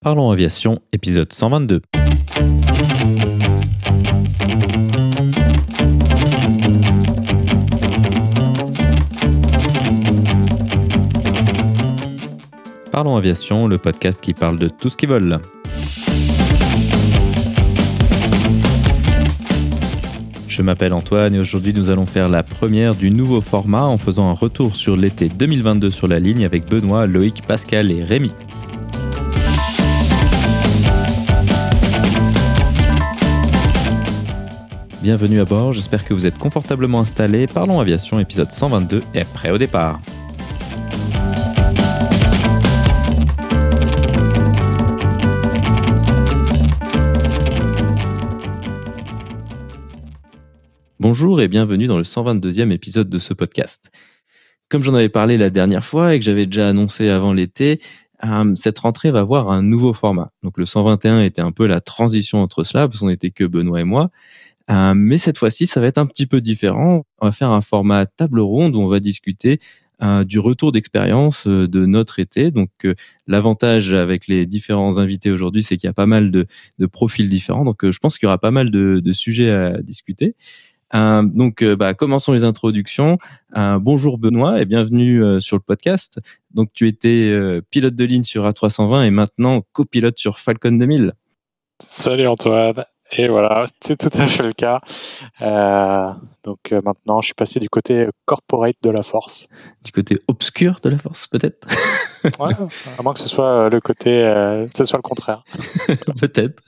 Parlons aviation, épisode 122. Parlons aviation, le podcast qui parle de tout ce qui vole. Je m'appelle Antoine et aujourd'hui nous allons faire la première du nouveau format en faisant un retour sur l'été 2022 sur la ligne avec Benoît, Loïc, Pascal et Rémi. Bienvenue à bord, j'espère que vous êtes confortablement installés. Parlons aviation, épisode 122 est prêt au départ. Bonjour et bienvenue dans le 122e épisode de ce podcast. Comme j'en avais parlé la dernière fois et que j'avais déjà annoncé avant l'été, cette rentrée va avoir un nouveau format. Donc le 121 était un peu la transition entre cela, parce qu'on n'était que Benoît et moi. Mais cette fois-ci, ça va être un petit peu différent. On va faire un format table ronde où on va discuter du retour d'expérience de notre été. Donc l'avantage avec les différents invités aujourd'hui, c'est qu'il y a pas mal de profils différents. Donc je pense qu'il y aura pas mal de sujets à discuter. Commençons les introductions. Bonjour Benoît et bienvenue sur le podcast. Donc tu étais pilote de ligne sur A320 et maintenant copilote sur Falcon 2000. Salut Antoine. Et voilà, c'est tout à fait le cas. Maintenant, je suis passé du côté corporate de la force. Du côté obscur de la force, peut-être. Ouais, à moins que ce soit le côté, ce soit le contraire. Peut-être.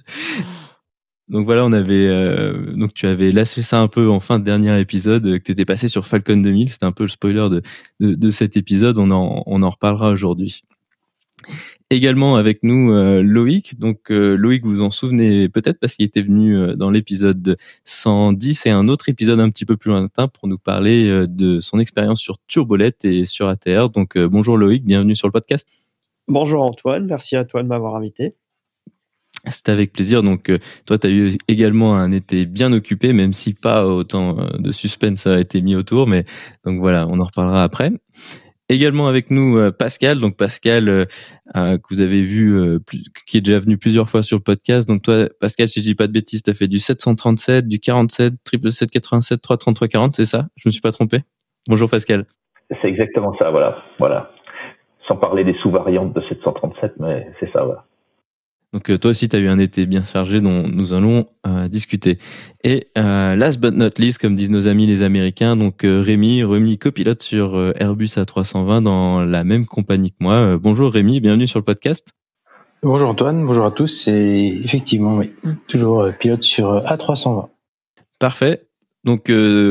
Donc voilà, donc tu avais lâché ça un peu en fin de dernier épisode, que tu étais passé sur Falcon 2000. C'était un peu le spoiler de cet épisode. On en reparlera aujourd'hui. Également avec nous Loïc. Donc Loïc, vous vous en souvenez peut-être parce qu'il était venu dans l'épisode 110 et un autre épisode un petit peu plus lointain pour nous parler de son expérience sur Turbolette et sur ATR. Donc bonjour Loïc, bienvenue sur le podcast. Bonjour Antoine, merci à toi de m'avoir invité. C'est avec plaisir. Donc, toi, tu as eu également un été bien occupé, même si pas autant de suspense a été mis autour. Mais donc voilà, on en reparlera après. Également avec nous Pascal. Donc Pascal, que vous avez vu, qui est déjà venu plusieurs fois sur le podcast. Donc toi, Pascal, si je dis pas de bêtises, tu as fait du 737, du 47, 787, 333, 40, c'est ça? Je me suis pas trompé? Bonjour Pascal. C'est exactement ça, voilà. Sans parler des sous-variantes de 737, mais c'est ça, voilà. Donc toi aussi, tu as eu un été bien chargé dont nous allons discuter. Et last but not least, comme disent nos amis les Américains, donc Rémi, copilote sur Airbus A320 dans la même compagnie que moi. Bonjour Rémi, bienvenue sur le podcast. Bonjour Antoine, bonjour à tous. Et effectivement, oui, toujours pilote sur A320. Parfait. Donc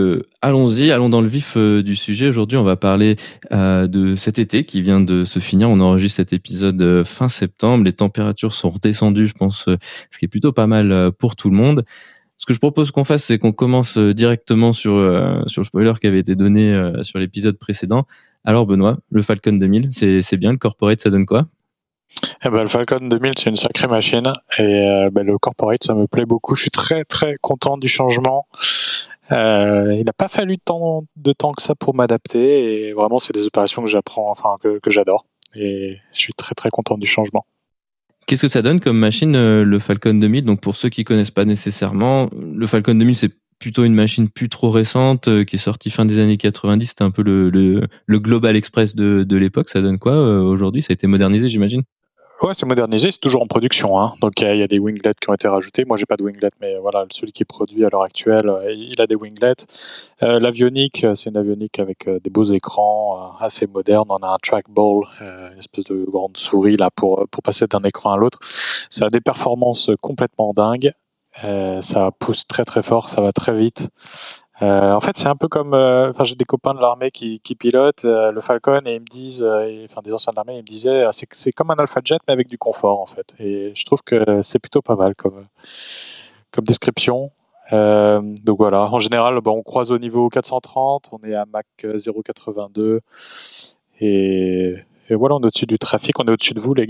allons dans le vif du sujet. Aujourd'hui, on va parler de cet été qui vient de se finir. On enregistre cet épisode fin septembre. Les températures sont redescendues, je pense, ce qui est plutôt pas mal pour tout le monde. Ce que je propose qu'on fasse, c'est qu'on commence directement sur le spoiler qui avait été donné sur l'épisode précédent. Alors Benoît, le Falcon 2000, c'est bien. Le corporate, ça donne quoi ? Le Falcon 2000, c'est une sacrée machine. Et le corporate, ça me plaît beaucoup. Je suis très, très content du changement. Il n'a pas fallu tant de temps que ça pour m'adapter. Et vraiment, c'est des opérations que j'apprends, que j'adore. Et je suis très, très content du changement. Qu'est-ce que ça donne comme machine, le Falcon 2000 ? Donc, pour ceux qui ne connaissent pas nécessairement, le Falcon 2000, c'est plutôt une machine plus trop récente qui est sortie fin des années 90. C'était un peu le Global Express de l'époque. Ça donne quoi aujourd'hui ? Ça a été modernisé, j'imagine ? Ouais, c'est modernisé, c'est toujours en production, hein. Donc il y a des winglets qui ont été rajoutés. Moi, j'ai pas de winglet, mais voilà, celui qui est produit à l'heure actuelle, il a des winglets. L'avionique, c'est une avionique avec des beaux écrans, assez moderne. On a un trackball, une espèce de grande souris là pour passer d'un écran à l'autre. Ça a des performances complètement dingues. Ça pousse très très fort, ça va très vite. En fait, c'est un peu comme, j'ai des copains de l'armée qui pilotent le Falcon et ils me disent, des anciens de l'armée, ils me disaient, c'est comme un Alpha Jet mais avec du confort en fait. Et je trouve que c'est plutôt pas mal comme description. Donc voilà, en général, on croise au niveau 430, on est à Mach 0,82 et voilà, on est au-dessus du trafic, on est au-dessus de vous les gars.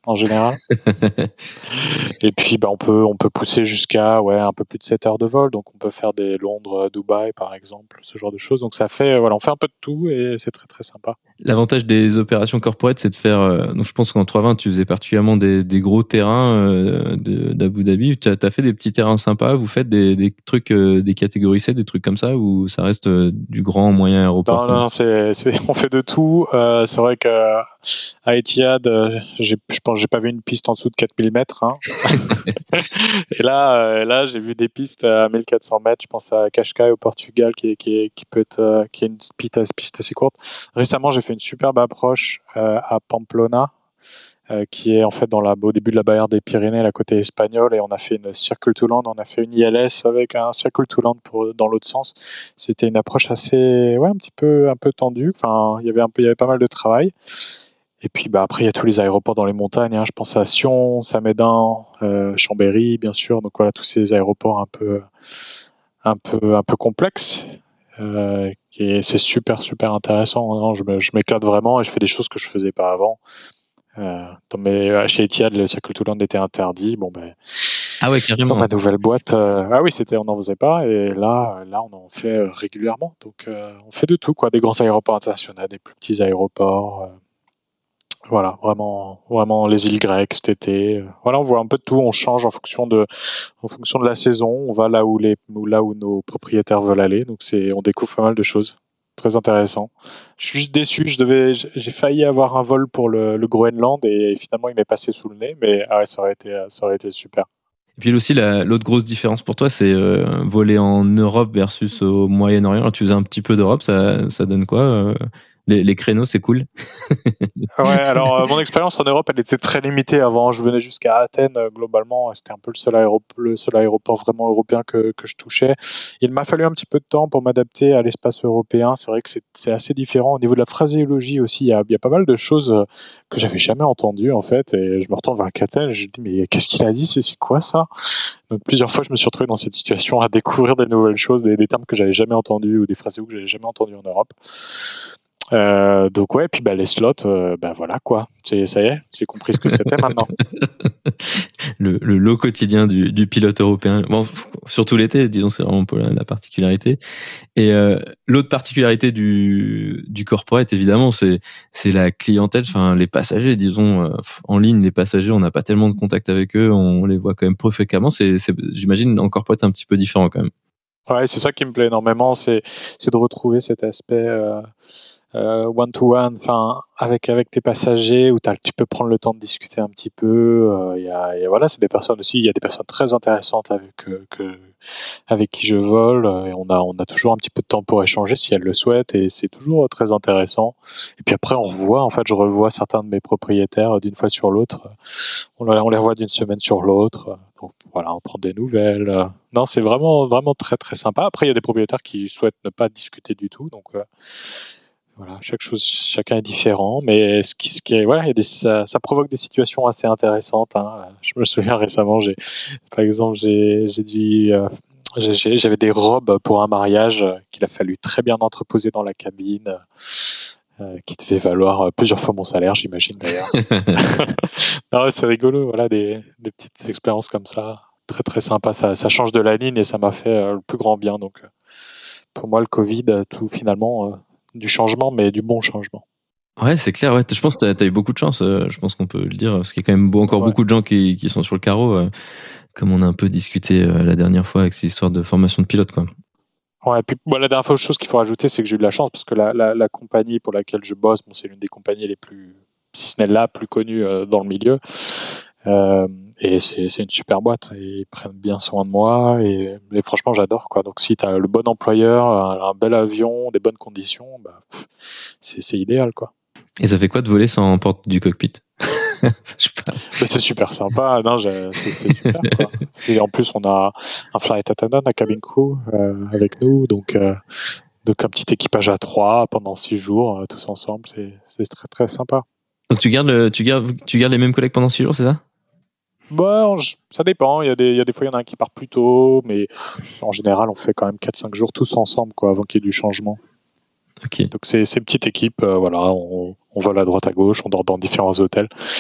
en général. Et puis on peut pousser jusqu'à un peu plus de 7 heures de vol, donc on peut faire des Londres-Dubaï par exemple, ce genre de choses. Donc ça fait on fait un peu de tout et c'est très très sympa. L'avantage des opérations corporate, c'est de faire. Donc je pense qu'en 320, tu faisais particulièrement des gros terrains d'Abu Dhabi. Tu as fait des petits terrains sympas. Vous faites des trucs, des catégories C, des trucs comme ça, ou ça reste du grand moyen aéroport? Non, on fait de tout. C'est vrai que à Etihad, je pense j'ai pas vu une piste en dessous de 4000 mètres. Hein. Et là, j'ai vu des pistes à 1400 mètres. Je pense à Cascais au Portugal, qui est une piste assez courte. Récemment, j'ai fait une superbe approche à Pamplona, qui est en fait au début de la barrière des Pyrénées, la côté espagnole, et on a fait une Circle to Land, on a fait une ILS avec un Circle to Land dans l'autre sens. C'était une approche assez, un peu tendue. Enfin, il y avait pas mal de travail. Et puis après, il y a tous les aéroports dans les montagnes. Hein. Je pense à Sion, Samedan, Chambéry, bien sûr. Donc voilà, tous ces aéroports un peu complexes. Et c'est super intéressant. Hein. Je m'éclate vraiment et je fais des choses que je faisais pas avant. Chez Etihad, le Circle to Land était interdit. Ah ouais, carrément. Dans ma nouvelle boîte, on n'en faisait pas, et là, on en fait régulièrement. Donc, on fait de tout, quoi, des grands aéroports internationaux, des plus petits aéroports. Voilà, vraiment les îles grecques cet été. Voilà, on voit un peu de tout. On change en fonction de la saison. On va là où nos propriétaires veulent aller. Donc, on découvre pas mal de choses. Très intéressant. Je suis juste déçu. J'ai failli avoir un vol pour le Groenland et finalement il m'est passé sous le nez. Mais ça aurait été super. Et puis aussi, l'autre grosse différence pour toi, c'est voler en Europe versus au Moyen-Orient. Alors, tu faisais un petit peu d'Europe, ça donne quoi les créneaux, c'est cool. Ouais, alors mon expérience en Europe, elle était très limitée avant. Je venais jusqu'à Athènes, globalement, c'était un peu le seul aéroport vraiment européen que je touchais. Il m'a fallu un petit peu de temps pour m'adapter à l'espace européen. C'est vrai que c'est assez différent. Au niveau de la phraséologie aussi, il y a pas mal de choses que j'avais jamais entendues en fait. Et je me retourne vers Athènes, je me dis mais qu'est-ce qu'il a dit, c'est quoi ça? Donc plusieurs fois, je me suis retrouvé dans cette situation à découvrir des nouvelles choses, des termes que j'avais jamais entendus ou des phraséos que j'avais jamais entendus en Europe. Donc ouais, puis les slots, voilà quoi. Ça y est, j'ai compris ce que c'était maintenant. Le lot quotidien du pilote européen. Bon, surtout l'été, disons, c'est vraiment pas la particularité. Et l'autre particularité du corporate, évidemment, c'est la clientèle, enfin les passagers, disons, en ligne, les passagers, on n'a pas tellement de contact avec eux, on les voit quand même peu fréquemment. J'imagine, en corporate, c'est un petit peu différent quand même. Ouais, c'est ça qui me plaît énormément, c'est de retrouver cet aspect one-to-one, enfin avec tes passagers où tu peux prendre le temps de discuter un petit peu. Voilà, c'est des personnes aussi. Il y a des personnes très intéressantes avec qui je vole, et on a toujours un petit peu de temps pour échanger si elles le souhaitent, et c'est toujours très intéressant. Et puis après, je revois certains de mes propriétaires d'une fois sur l'autre. On les revoit d'une semaine sur l'autre. Donc voilà, on prend des nouvelles. Non, c'est vraiment très très sympa. Après, il y a des propriétaires qui souhaitent ne pas discuter du tout, donc. Voilà, chacun est différent, mais ça provoque des situations assez intéressantes. Hein. Je me souviens récemment, par exemple, j'avais des robes pour un mariage qu'il a fallu très bien entreposer dans la cabine, qui devait valoir plusieurs fois mon salaire, j'imagine d'ailleurs. Non, c'est rigolo, voilà, des petites expériences comme ça, très très sympa. Ça change de la ligne et ça m'a fait le plus grand bien. Donc, pour moi, le Covid, tout finalement. Du changement, mais du bon changement. Ouais, c'est clair. Ouais, je pense que tu as eu beaucoup de chance. Je pense qu'on peut le dire, parce qu'il y a quand même beaucoup de gens qui sont sur le carreau, comme on a un peu discuté la dernière fois avec ces histoires de formation de pilote, quoi. Ouais, et puis la dernière chose qu'il faut rajouter, c'est que j'ai eu de la chance, parce que la compagnie pour laquelle je bosse, c'est l'une des compagnies les plus, si ce n'est la plus connue dans le milieu. Et c'est une super boîte, et ils prennent bien soin de moi, et franchement j'adore quoi. Donc si tu as le bon employeur, un bel avion, des bonnes conditions, c'est idéal quoi. Et ça fait quoi de voler sans porte du cockpit? C'est super sympa. Non, c'est super quoi. Et en plus on a un flight attendant, un cabin crew avec nous, donc un petit équipage à 3 pendant 6 jours tous ensemble, c'est très très sympa. Donc tu gardes les mêmes collègues pendant 6 jours, c'est ça? Ça dépend. Il y a des fois, il y en a un qui part plus tôt, mais en général, on fait quand même 4-5 jours tous ensemble, quoi, avant qu'il y ait du changement. Okay. Donc, c'est une petite équipe. Voilà, on vole à droite, à gauche, on dort dans différents hôtels.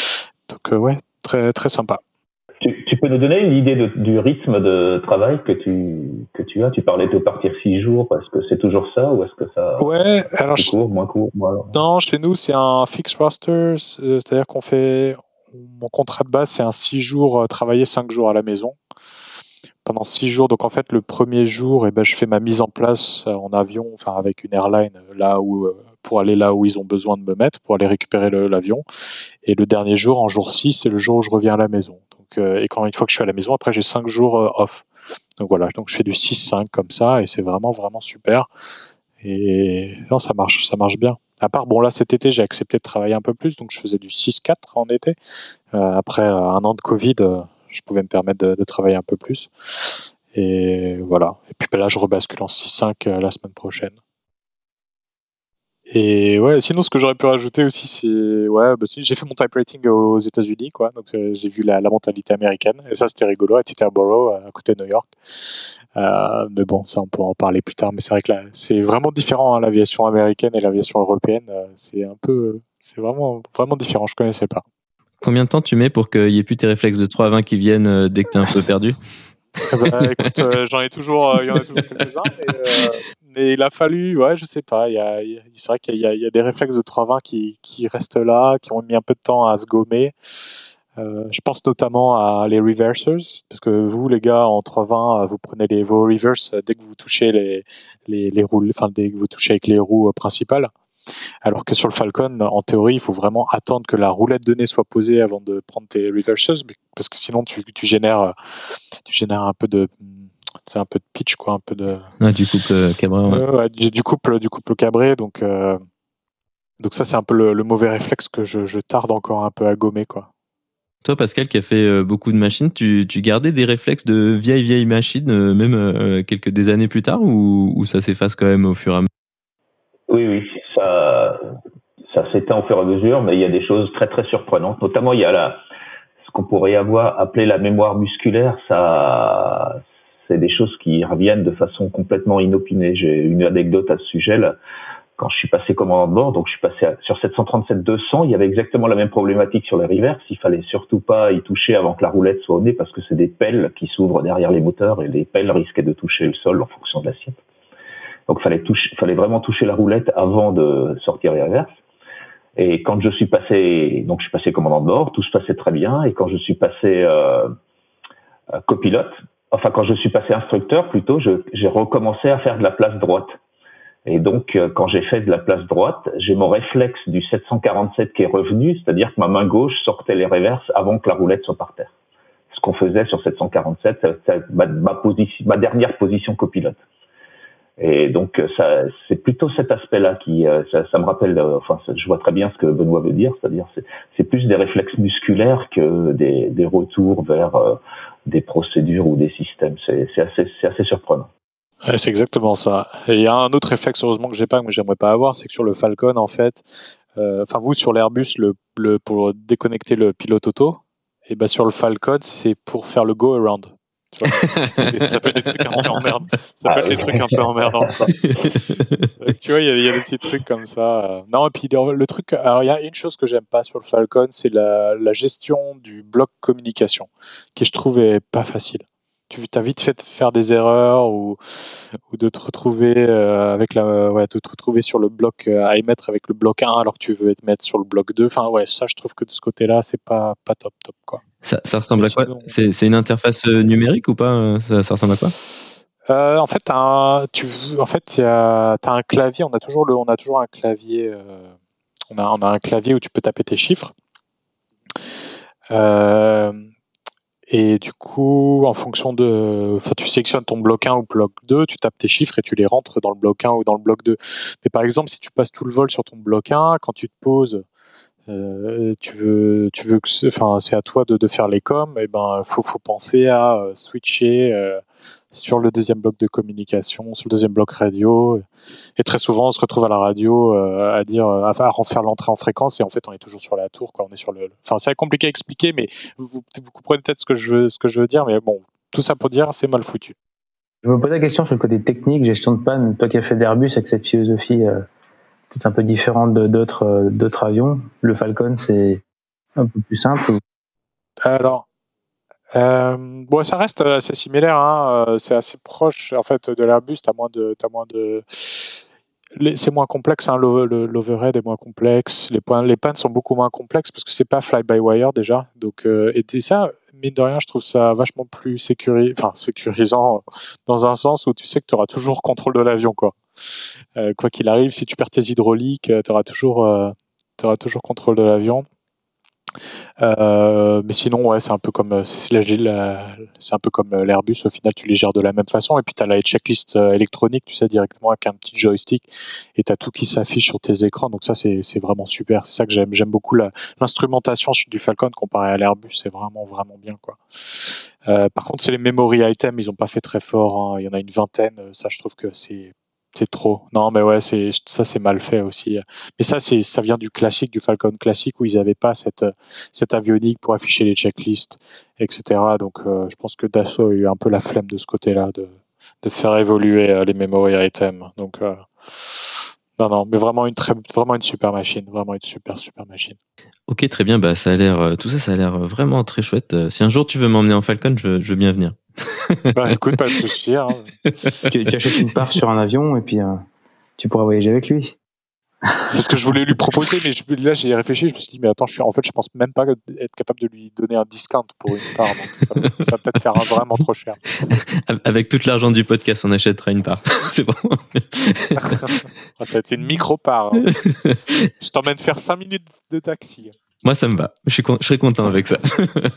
Donc ouais, très très sympa. Tu peux nous donner une idée du rythme de travail que tu as? Tu parlais de partir 6 jours. Est-ce que c'est toujours ça ou est-ce que ça Ouais, alors plus court, moins court? non, chez nous c'est un fixed roster, c'est-à-dire mon contrat de base c'est un 6 jours travailler 5 jours à la maison. Pendant 6 jours, donc en fait le premier jour, je fais ma mise en place en avion, enfin avec une airline pour aller là où ils ont besoin de me mettre, pour aller récupérer l'avion. Et le dernier jour, en jour 6, c'est le jour où je reviens à la maison. Donc, et une fois que je suis à la maison, après j'ai 5 jours off. Donc voilà, donc je fais du 6-5 comme ça, et c'est vraiment, vraiment super. Et non, ça marche bien. À part, bon là cet été, j'ai accepté de travailler un peu plus, donc je faisais du 6-4 en été. Après un an de Covid, je pouvais me permettre de travailler un peu plus. Et voilà. Et puis là, je rebascule en 6-5 la semaine prochaine. Et ouais, sinon ce que j'aurais pu rajouter aussi, c'est j'ai fait mon typewriting aux États-Unis, quoi. Donc j'ai vu la mentalité américaine, et ça c'était rigolo à Teterboro, à côté de New York. Mais bon, ça on pourra en parler plus tard. Mais c'est vrai que là, c'est vraiment différent, hein, l'aviation américaine et l'aviation européenne. C'est vraiment vraiment différent. Je connaissais pas. Combien de temps tu mets pour qu'il n'y ait plus tes réflexes de 3 à 20 qui viennent dès que tu es un peu perdu? Écoute, il y en a toujours quelques-uns, mais il a fallu, ouais, je sais pas, c'est vrai qu'il y a des réflexes de 3-20 qui restent là, qui ont mis un peu de temps à se gommer. Je pense notamment à les reversers, parce que vous, les gars, en 3-20, vous prenez vos reverses dès que vous touchez les roues, enfin, dès que vous touchez avec les roues principales. Alors que sur le Falcon, en théorie, il faut vraiment attendre que la roulette de nez soit posée avant de prendre tes reversers, parce que sinon tu génères un peu de pitch, quoi, un peu de du couple cabré. Ouais, du couple cabré, donc ça c'est un peu le mauvais réflexe que je tarde encore un peu à gommer, quoi. Toi, Pascal, qui a fait beaucoup de machines, tu gardais des réflexes de vieilles machines, même des années plus tard, ou ça s'efface quand même au fur et à mesure? Oui, ça s'éteint au fur et à mesure, mais il y a des choses très très surprenantes. Notamment, il y a ce qu'on pourrait appeler la mémoire musculaire. Ça, c'est des choses qui reviennent de façon complètement inopinée. J'ai une anecdote à ce sujet là. Quand je suis passé commandant de bord, donc je suis passé sur 737-200, il y avait exactement la même problématique sur les reverses. Il fallait surtout pas y toucher avant que la roulette soit au nez, parce que c'est des pelles qui s'ouvrent derrière les moteurs, et les pelles risquaient de toucher le sol en fonction de l'assiette. Donc fallait vraiment toucher la roulette avant de sortir les reverses. Et quand je suis passé commandant de bord, tout se passait très bien. Et quand je suis passé copilote, enfin quand je suis passé instructeur plutôt, j'ai recommencé à faire de la place droite. Et donc, quand j'ai fait de la place droite, j'ai mon réflexe du 747 qui est revenu, c'est-à-dire que ma main gauche sortait les reverses avant que la roulette soit par terre. Ce qu'on faisait sur 747, c'est ma dernière position copilote. Et donc, c'est plutôt cet aspect-là qui, ça me rappelle, je vois très bien ce que Benoît veut dire, c'est-à-dire c'est plus des réflexes musculaires que des retours vers des procédures ou des systèmes. C'est assez surprenant. Ouais, c'est exactement ça. Et il y a un autre réflexe, heureusement que j'ai pas, que j'aimerais pas avoir, c'est que sur le Falcon, en fait, vous sur l'Airbus, pour déconnecter le pilote auto, et sur le Falcon, c'est pour faire le go around. Tu vois, ça peut être des trucs un peu emmerdants. Tu vois, il y a des petits trucs comme ça. Non, et puis le truc. Alors, il y a une chose que j'aime pas sur le Falcon, c'est la gestion du bloc communication, qui je trouve est pas facile. Tu as vite fait de faire des erreurs ou de te retrouver de te retrouver sur le bloc à émettre avec le bloc 1 alors que tu veux émettre sur le bloc 2. Enfin ouais, ça je trouve que de ce côté-là, c'est pas top quoi. Ça ressemble à quoi? C'est une interface numérique ou pas? Ça ressemble à quoi? En fait, t'as un clavier. On a toujours un clavier. On a un clavier où tu peux taper tes chiffres. Et du coup, en fonction tu sélectionnes ton bloc 1 ou bloc 2, tu tapes tes chiffres et tu les rentres dans le bloc 1 ou dans le bloc 2. Mais par exemple, si tu passes tout le vol sur ton bloc 1, quand tu te poses, c'est à toi de faire les coms, et faut penser à switcher sur le deuxième bloc de communication, sur le deuxième bloc radio. Et très souvent, on se retrouve à la radio à refaire l'entrée en fréquence, et en fait, on est toujours sur la tour, quoi. On est sur c'est compliqué à expliquer, mais vous comprenez peut-être ce que je veux dire, mais bon, tout ça pour dire, c'est mal foutu. Je me pose la question sur le côté technique, gestion de panne. Toi qui as fait d'Airbus avec cette philosophie peut-être un peu différente d'autres avions, le Falcon, c'est un peu plus simple. Alors, bon, ça reste assez similaire, hein. C'est assez proche en fait de l'Airbus. T'as moins de. C'est moins complexe, hein, l'overhead est moins complexe, les pannes sont beaucoup moins complexes parce que c'est pas fly-by-wire déjà. Donc, et ça, mine de rien, je trouve ça vachement plus sécurisant dans un sens où tu sais que tu auras toujours contrôle de l'avion, quoi. Quoi qu'il arrive, si tu perds tes hydrauliques, tu auras toujours contrôle de l'avion. Mais sinon, ouais, c'est un peu comme c'est un peu comme l'Airbus. Au final, tu les gères de la même façon. Et puis, tu as la checklist électronique, tu sais, directement avec un petit joystick. Et tu as tout qui s'affiche sur tes écrans. Donc ça, c'est vraiment super. C'est ça que j'aime. J'aime beaucoup l'instrumentation du Falcon comparé à l'Airbus. C'est vraiment, vraiment bien, quoi. Par contre, c'est les memory items. Ils n'ont pas fait très fort, hein. Il y en a une vingtaine. Ça, je trouve que c'est trop. Non, mais ouais, ça, c'est mal fait aussi. Mais ça vient du classique, du Falcon classique, où ils n'avaient pas cette avionique pour afficher les checklists, etc. Donc, je pense que Dassault a eu un peu la flemme de ce côté-là, de faire évoluer les memory items. Donc, non, mais vraiment une super machine, vraiment une super machine. Ok, très bien. Bah, tout ça, ça a l'air vraiment très chouette. Si un jour tu veux m'emmener en Falcon, je veux bien venir. Bah, écoute, pas de souci, hein. Tu achètes une part sur un avion et puis tu pourras voyager avec lui. C'est ce que je voulais lui proposer, mais là j'ai réfléchi, je me suis dit, mais attends, je pense même pas être capable de lui donner un discount pour une part, donc ça va peut-être faire vraiment trop cher. Avec tout l'argent du podcast, on achètera une part. C'est bon. Ça va être une micro-part, hein. Je t'emmène faire 5 minutes de taxi. Moi, ça me va. Je serais content avec ça.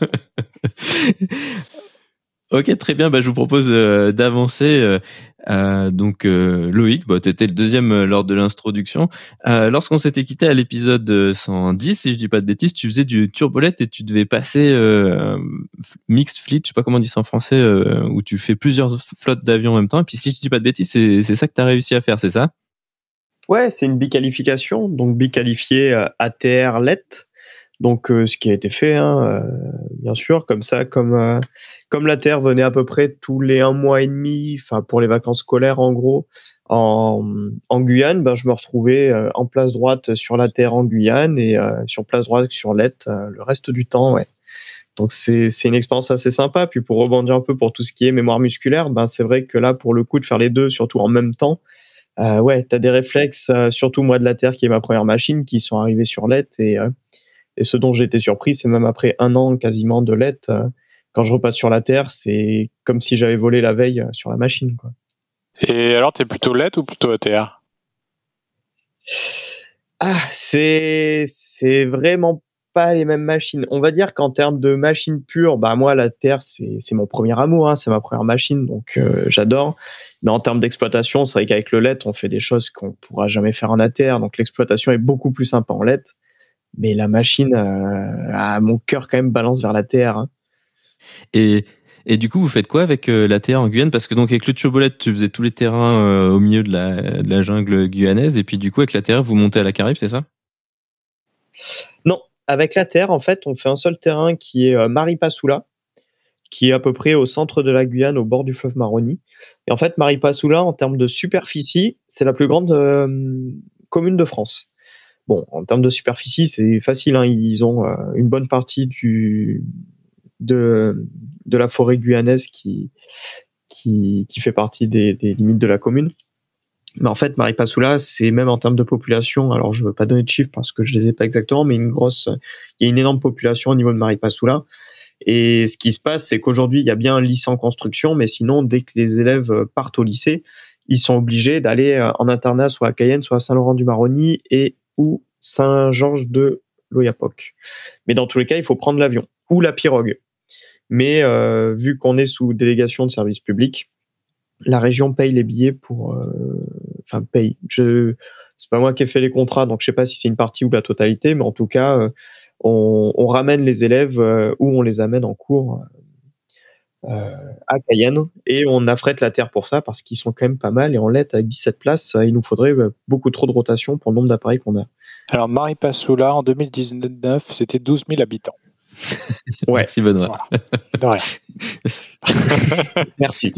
Ok, très bien. Bah, je vous propose d'avancer. Donc, Loïc, tu étais le deuxième lors de l'introduction. Lorsqu'on s'était quitté à l'épisode 110, si je dis pas de bêtises, tu faisais du turbolette et tu devais passer mixed fleet, je sais pas comment on dit ça en français, où tu fais plusieurs flottes d'avions en même temps. Et puis, si je dis pas de bêtises, c'est ça que tu as réussi à faire, c'est ça? Ouais, c'est une biqualification, donc biqualifié ATR LET. Donc, ce qui a été fait, hein, bien sûr, comme ça, comme l'ATR venait à peu près tous les 1 mois et demi, enfin pour les vacances scolaires en gros, en Guyane, ben je me retrouvais en place droite sur l'ATR en Guyane et sur place droite sur LET le reste du temps, ouais. Donc c'est une expérience assez sympa. Puis pour rebondir un peu pour tout ce qui est mémoire musculaire, ben c'est vrai que là pour le coup de faire les deux, surtout en même temps, ouais, t'as des réflexes, surtout moi de l'ATR qui est ma première machine, qui sont arrivés sur LET et ce dont j'ai été surpris, c'est même après 1 an quasiment de LET, quand je repasse sur la Terre, c'est comme si j'avais volé la veille sur la machine, quoi. Et alors, t'es plutôt LED ou plutôt ATR? Ah, c'est vraiment pas les mêmes machines. On va dire qu'en termes de machine pure, bah moi la Terre c'est mon premier amour, hein, c'est ma première machine, donc j'adore. Mais en termes d'exploitation, c'est vrai qu'avec le LED, on fait des choses qu'on pourra jamais faire en ATR, donc l'exploitation est beaucoup plus sympa en LED. Mais la machine, mon cœur quand même balance vers la Terre, hein. Et du coup, vous faites quoi avec l'ATR en Guyane? Parce que donc avec le turbolette, tu faisais tous les terrains au milieu de la jungle guyanaise, et puis du coup avec l'ATR, vous montez à la Caraïbe, c'est ça? Non, avec l'ATR, en fait, on fait un seul terrain qui est Maripasoula, qui est à peu près au centre de la Guyane, au bord du fleuve Maroni. Et en fait, Maripasoula, en termes de superficie, c'est la plus grande commune de France. Bon, en termes de superficie, c'est facile, hein. Ils ont une bonne partie de la forêt guyanaise qui fait partie des limites de la commune. Mais en fait, Maripasoula, c'est même en termes de population, alors je ne veux pas donner de chiffres parce que je ne les ai pas exactement, mais il y a une énorme population au niveau de Maripasoula. Et ce qui se passe, c'est qu'aujourd'hui, il y a bien un lycée en construction, mais sinon, dès que les élèves partent au lycée, ils sont obligés d'aller en internat, soit à Cayenne, soit à Saint-Laurent-du-Maroni ou Saint-Georges de l'Oyapock. Mais dans tous les cas, il faut prendre l'avion ou la pirogue. Mais vu qu'on est sous délégation de service public, la région paye les billets paye. C'est pas moi qui ai fait les contrats, donc je sais pas si c'est une partie ou la totalité, mais en tout cas, on ramène les élèves ou on les amène en cours à Cayenne et on affrète la Terre pour ça parce qu'ils sont quand même pas mal et en LET avec 17 places, il nous faudrait beaucoup trop de rotation pour le nombre d'appareils qu'on a. Alors Maripasoula, en 2019, c'était 12 000 habitants. Ouais. Merci Benoît. Voilà. De rien. Merci.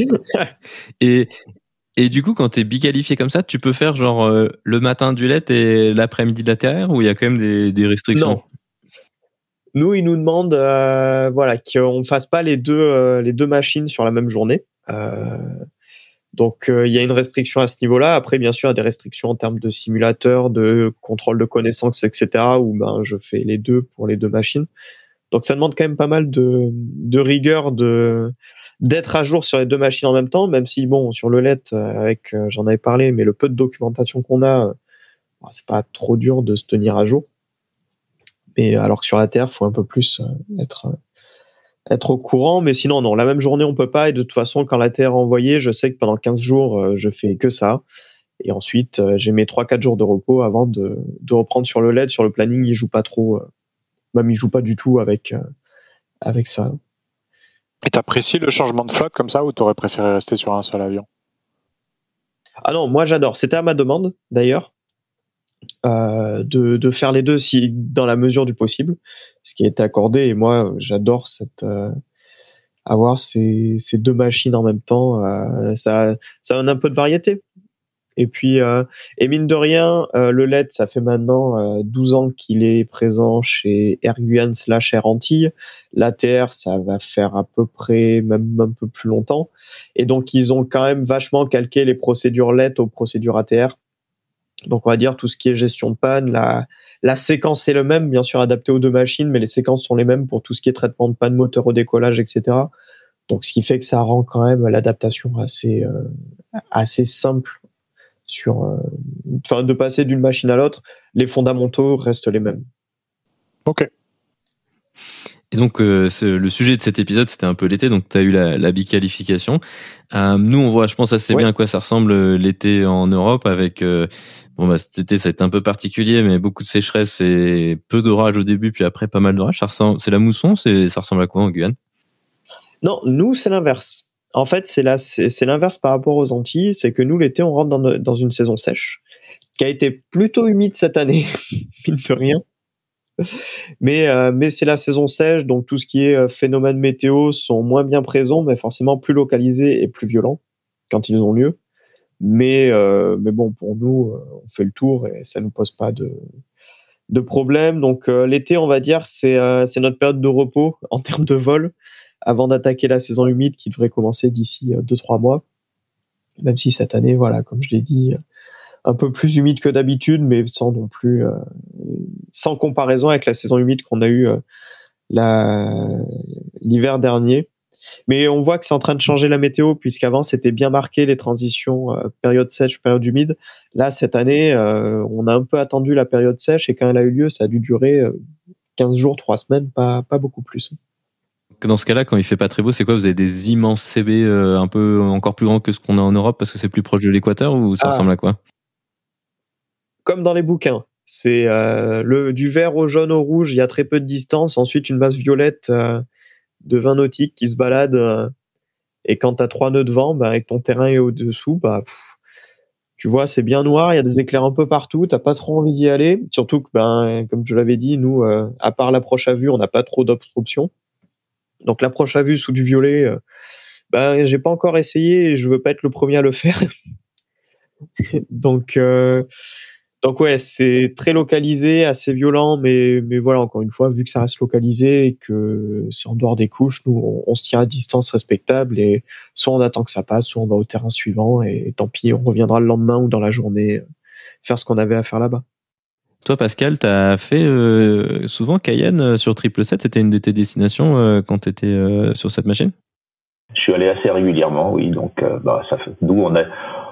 Et du coup, quand tu es biqualifié comme ça, tu peux faire genre le matin du LET et l'après-midi de l'ATR, ou il y a quand même des restrictions? Nous, ils nous demandent qu'on ne fasse pas les deux machines sur la même journée. Donc, il y a une restriction à ce niveau-là. Après, bien sûr, il y a des restrictions en termes de simulateur, de contrôle de connaissances, etc., où je fais les deux pour les deux machines. Donc, ça demande quand même pas mal de rigueur d'être à jour sur les deux machines en même temps, même si, sur le LED, j'en avais parlé, mais le peu de documentation qu'on a, c'est pas trop dur de se tenir à jour. Mais alors que sur la Terre, il faut un peu plus être au courant. Mais sinon, non, la même journée, on peut pas. Et de toute façon, quand la Terre est envoyée, je sais que pendant 15 jours, je fais que ça. Et ensuite, j'ai mes 3-4 jours de repos avant de reprendre sur le LED. Sur le planning, il joue pas trop. Même il joue pas du tout avec ça. Et t'apprécies le changement de flotte comme ça, ou t'aurais préféré rester sur un seul avion? Ah non, moi j'adore. C'était à ma demande d'ailleurs de faire les deux si dans la mesure du possible, ce qui a été accordé. Et moi j'adore avoir ces deux machines en même temps. Ça donne un peu de variété. Et puis, et mine de rien, le LED, ça fait maintenant 12 ans qu'il est présent chez Air Guyane / Air Antilles. L'ATR, ça va faire à peu près, même un peu plus longtemps. Et donc, ils ont quand même vachement calqué les procédures LED aux procédures ATR. Donc, on va dire tout ce qui est gestion de panne, la séquence est le même, bien sûr adaptée aux deux machines, mais les séquences sont les mêmes pour tout ce qui est traitement de panne moteur au décollage, etc. Donc, ce qui fait que ça rend quand même l'adaptation assez simple. De passer d'une machine à l'autre, les fondamentaux restent les mêmes. Ok. Et donc, le sujet de cet épisode, c'était un peu l'été, donc tu as eu la biqualification. Nous, on voit, je pense, assez bien à quoi ça ressemble l'été en Europe, avec... cet été, ça a été un peu particulier, mais beaucoup de sécheresse et peu d'orage au début, puis après, pas mal d'orage. C'est la mousson, ça ressemble à quoi en Guyane? Non, nous, c'est l'inverse. En fait, c'est l'inverse par rapport aux Antilles, c'est que nous, l'été, on rentre dans une saison sèche, qui a été plutôt humide cette année, mine de rien. Mais c'est la saison sèche, donc tout ce qui est phénomènes météo sont moins bien présents, mais forcément plus localisés et plus violents quand ils ont lieu. Mais bon, pour nous, on fait le tour et ça nous pose pas de problème. Donc l'été, on va dire, c'est notre période de repos en termes de vol, avant d'attaquer la saison humide qui devrait commencer d'ici 2-3 mois. Même si cette année, voilà, comme je l'ai dit, un peu plus humide que d'habitude, mais sans non plus, sans comparaison avec la saison humide qu'on a eue l'hiver dernier. Mais on voit que c'est en train de changer la météo, puisqu'avant c'était bien marqué les transitions période sèche, période humide. Là, cette année, on a un peu attendu la période sèche, et quand elle a eu lieu, ça a dû durer 15 jours, 3 semaines, pas beaucoup plus. Dans ce cas-là, quand il fait pas très beau, c'est quoi? Vous avez des immenses CB un peu encore plus grands que ce qu'on a en Europe parce que c'est plus proche de l'équateur, ou ça ressemble à quoi? Comme dans les bouquins. C'est du vert au jaune au rouge, il y a très peu de distance. Ensuite, une masse violette de 20 nautiques qui se balade. Et quand tu as 3 nœuds de vent, et que ton terrain est au-dessous, tu vois, c'est bien noir, il y a des éclairs un peu partout, tu n'as pas trop envie d'y aller. Surtout que, comme je l'avais dit, nous, à part l'approche à vue, on n'a pas trop d'obstruction. Donc l'approche à vue sous du violet, j'ai pas encore essayé et je veux pas être le premier à le faire. Donc ouais, c'est très localisé, assez violent, mais voilà, encore une fois, vu que ça reste localisé et que c'est en dehors des couches, nous, on se tient à distance respectable, et soit on attend que ça passe, soit on va au terrain suivant, et tant pis, on reviendra le lendemain ou dans la journée faire ce qu'on avait à faire là-bas. Toi, Pascal, tu as fait souvent Cayenne sur 777. C'était une de tes destinations quand tu étais sur cette machine? Je suis allé assez régulièrement, oui. Donc, ça fait. Nous, on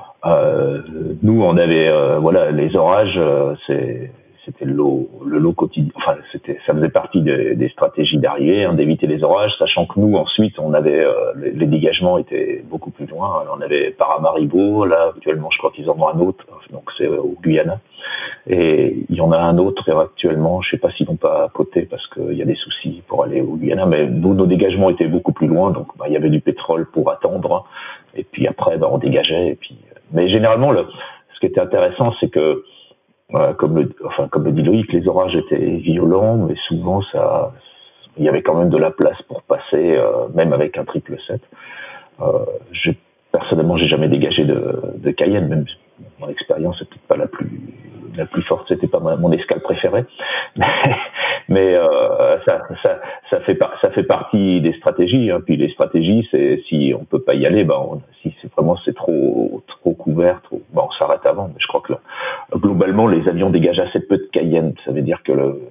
avait, voilà, les orages, c'était le lot quotidien. Enfin, ça faisait partie des stratégies d'arrivée, d'éviter les orages, sachant que nous, ensuite, on avait les dégagements étaient beaucoup plus loin. On avait Paramaribo, là, actuellement, je crois qu'ils en ont un autre, donc c'est au Guyana. Et il y en a un autre actuellement, je sais pas s'ils vont pas à côté parce qu'il y a des soucis pour aller au Guyana, mais nous, nos dégagements étaient beaucoup plus loin, donc il y avait du pétrole pour attendre, et puis après on dégageait. Et puis, mais généralement, ce qui était intéressant, c'est que comme le dit Loïc, les orages étaient violents, mais souvent il y avait quand même de la place pour passer, même avec un 777. Personnellement, j'ai jamais dégagé de Cayenne, même mon expérience n'est peut-être pas la plus forte, c'était pas mon escale préférée, Mais ça fait partie des stratégies. Hein. Puis les stratégies, c'est si on peut pas y aller, si c'est trop couvert, on s'arrête avant. Mais je crois que globalement, les avions dégagent assez peu de Cayenne. Ça veut dire que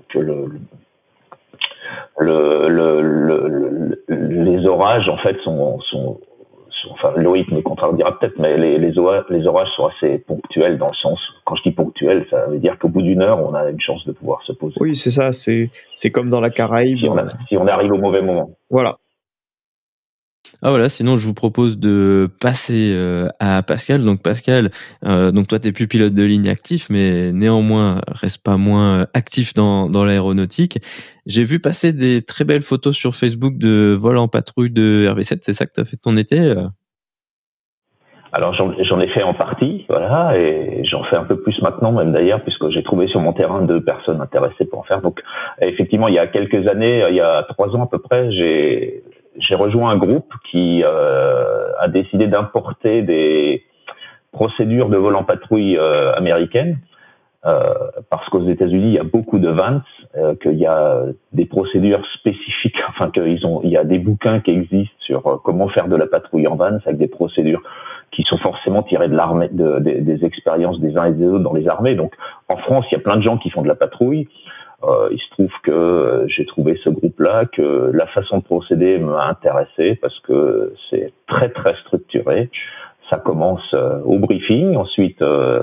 les orages en fait sont enfin Loïc me contredira peut-être, mais les orages sont assez ponctuels, dans le sens, quand je dis ponctuel, ça veut dire qu'au bout d'une heure on a une chance de pouvoir se poser. Oui, c'est ça, c'est comme dans la Caraïbe. Si on arrive au mauvais moment. Voilà. Ah voilà, sinon je vous propose de passer à Pascal. Donc Pascal, donc toi t'es plus pilote de ligne actif, mais néanmoins reste pas moins actif dans l'aéronautique. J'ai vu passer des très belles photos sur Facebook de vol en patrouille de RV7, c'est ça que tu as fait de ton été Alors j'en ai fait en partie, voilà, et j'en fais un peu plus maintenant même d'ailleurs, puisque j'ai trouvé sur mon terrain 2 personnes intéressées pour en faire. Donc effectivement, il y a quelques années, il y a 3 ans à peu près, j'ai rejoint un groupe qui a décidé d'importer des procédures de vol en patrouille américaines, parce qu'aux États-Unis il y a beaucoup de VANS, qu'il y a des procédures spécifiques, enfin il y a des bouquins qui existent sur comment faire de la patrouille en VANS avec des procédures qui sont forcément tirées de l'armée, des expériences des uns et des autres dans les armées. Donc en France, il y a plein de gens qui font de la patrouille. Il se trouve que j'ai trouvé ce groupe-là, que la façon de procéder m'a intéressé parce que c'est très très structuré. Ça commence au briefing, ensuite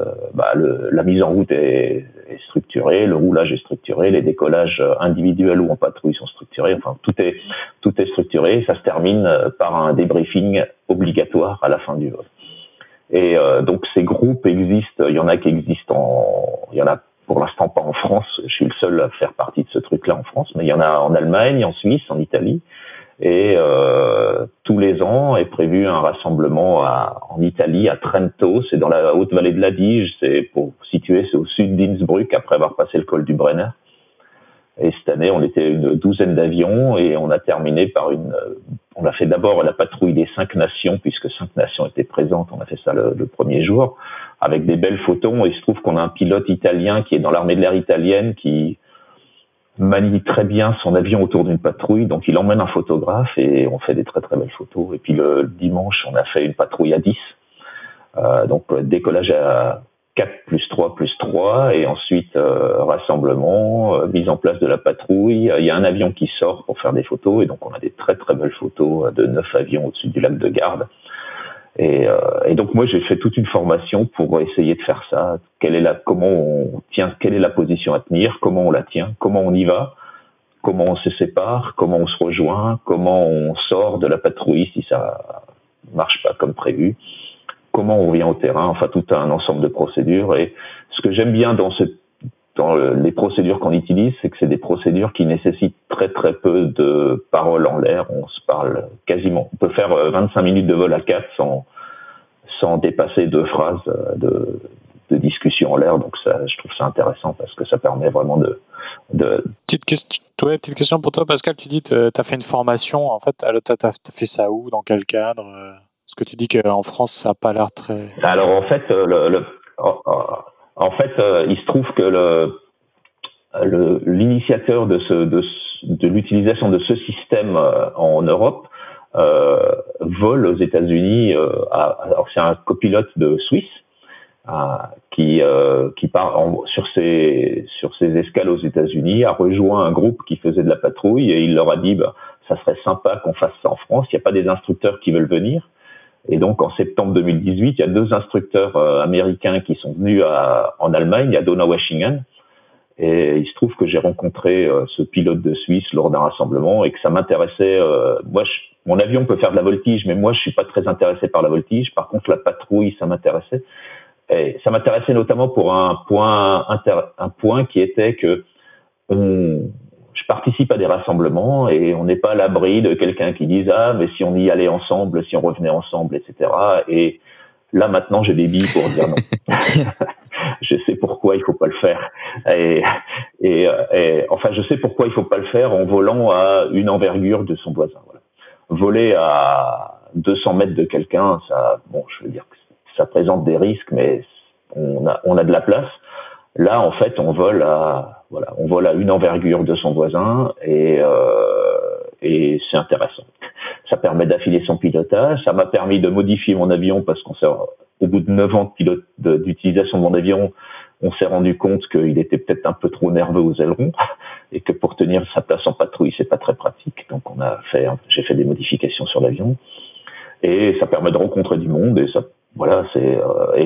la mise en route est structurée, le roulage est structuré, les décollages individuels ou en patrouille sont structurés. Enfin, tout est structuré. Ça se termine par un débriefing obligatoire à la fin du vol. Et donc ces groupes existent. Il y en a pour l'instant pas en France. Je suis le seul à faire partie de ce truc-là en France, mais il y en a en Allemagne, en Suisse, en Italie. Et tous les ans est prévu un rassemblement en Italie, à Trento. C'est dans la haute vallée de l'Adige. C'est au sud d'Innsbruck, après avoir passé le col du Brenner. Et cette année, on était une douzaine d'avions et on a terminé par on a fait d'abord la patrouille des 5 nations, puisque 5 nations étaient présentes. On a fait ça le premier jour, avec des belles photos. Et il se trouve qu'on a un pilote italien qui est dans l'armée de l'air italienne, qui manie très bien son avion autour d'une patrouille. Donc, il emmène un photographe et on fait des très très belles photos. Et puis, le dimanche, on a fait une patrouille à 10. Donc, décollage à 4 plus 3 plus 3 et ensuite rassemblement, mise en place de la patrouille. Il y a un avion qui sort pour faire des photos et donc on a des très très belles photos de 9 avions au-dessus du lac de Garde. Et donc moi j'ai fait toute une formation pour essayer de faire ça. Comment on tient, quelle est la position à tenir, comment on la tient, comment on y va, comment on se sépare, comment on se rejoint, comment on sort de la patrouille si ça marche pas comme prévu. Comment on revient au terrain, enfin tout un ensemble de procédures. Et ce que j'aime bien dans les procédures qu'on utilise, c'est que c'est des procédures qui nécessitent très très peu de paroles en l'air. On se parle quasiment. On peut faire 25 minutes de vol à 4 sans dépasser 2 phrases de discussion en l'air. Donc ça, je trouve ça intéressant parce que ça permet vraiment de... Petite question pour toi, Pascal. Tu dis que tu as fait une formation. En fait, tu as fait ça où? Dans quel cadre? Parce que tu dis qu'en France, ça n'a pas l'air très... Alors en fait, il se trouve que l'initiateur de l'utilisation de ce système en Europe vole aux États-Unis. Alors c'est un copilote de Suisse qui part sur ses escales aux États-Unis, a rejoint un groupe qui faisait de la patrouille et il leur a dit ça serait sympa qu'on fasse ça en France. Il n'y a pas des instructeurs qui veulent venir. Et donc, en septembre 2018, il y a 2 instructeurs américains qui sont venus en Allemagne, à Donaueschingen. Et il se trouve que j'ai rencontré ce pilote de Suisse lors d'un rassemblement et que ça m'intéressait. Moi, mon avion peut faire de la voltige, mais moi, je suis pas très intéressé par la voltige. Par contre, la patrouille, ça m'intéressait. Et ça m'intéressait notamment pour un point qui était que je participe à des rassemblements et on n'est pas à l'abri de quelqu'un qui dise mais si on y allait ensemble, si on revenait ensemble, etc. Et là maintenant j'ai des billes pour dire non. Je sais pourquoi il faut pas le faire. Et enfin je sais pourquoi il faut pas le faire en volant à une envergure de son voisin. Voilà. Voler à 200 mètres de quelqu'un, ça, je veux dire que ça présente des risques, mais on a de la place. Là, en fait, on vole à une envergure de son voisin et c'est intéressant. Ça permet d'affiler son pilotage. Ça m'a permis de modifier mon avion parce au bout de 9 ans d'utilisation de mon avion, on s'est rendu compte qu'il était peut-être un peu trop nerveux aux ailerons et que pour tenir sa place en patrouille, c'est pas très pratique. Donc j'ai fait des modifications sur l'avion et ça permet de rencontrer du monde et ça, voilà, c'est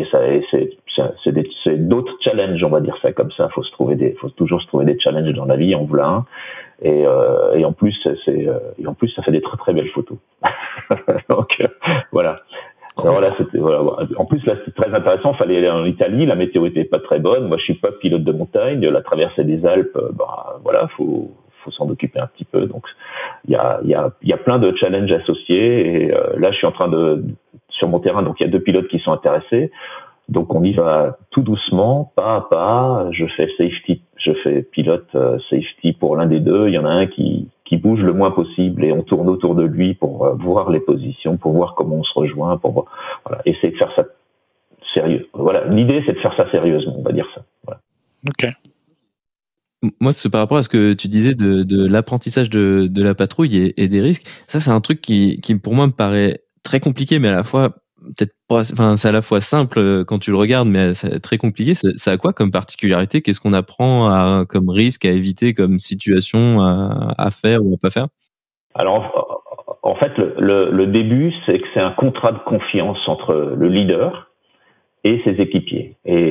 d'autres challenges, on va dire ça comme ça. Faut toujours se trouver des challenges dans la vie, on voulait un. Et en plus, ça fait des très très belles photos. Donc voilà. Alors là, en plus, là, c'est très intéressant. Fallait aller en Italie. La météo était pas très bonne. Moi, je suis pas pilote de montagne. La traversée des Alpes, voilà, faut s'en occuper un petit peu. Donc, il y a plein de challenges associés. Et là, je suis en train sur mon terrain. Donc, il y a 2 pilotes qui sont intéressés. Donc, on y va tout doucement, pas à pas. Je fais pilote safety pour l'un des deux. Il y en a un qui bouge le moins possible et on tourne autour de lui pour voir les positions, pour voir comment on se rejoint, essayer de faire ça sérieux. Voilà, l'idée c'est de faire ça sérieusement, on va dire ça. Voilà. Ok. Moi, c'est par rapport à ce que tu disais de l'apprentissage de la patrouille et des risques. Ça, c'est un truc qui pour moi me paraît très compliqué, mais à la fois peut-être pas. Enfin, c'est à la fois simple quand tu le regardes, mais c'est très compliqué. Ça a quoi comme particularité? Qu'est-ce qu'on apprend comme risque à éviter, comme situation à faire ou à pas faire? Alors, en fait, le début, c'est que c'est un contrat de confiance entre le leader et ses équipiers. Et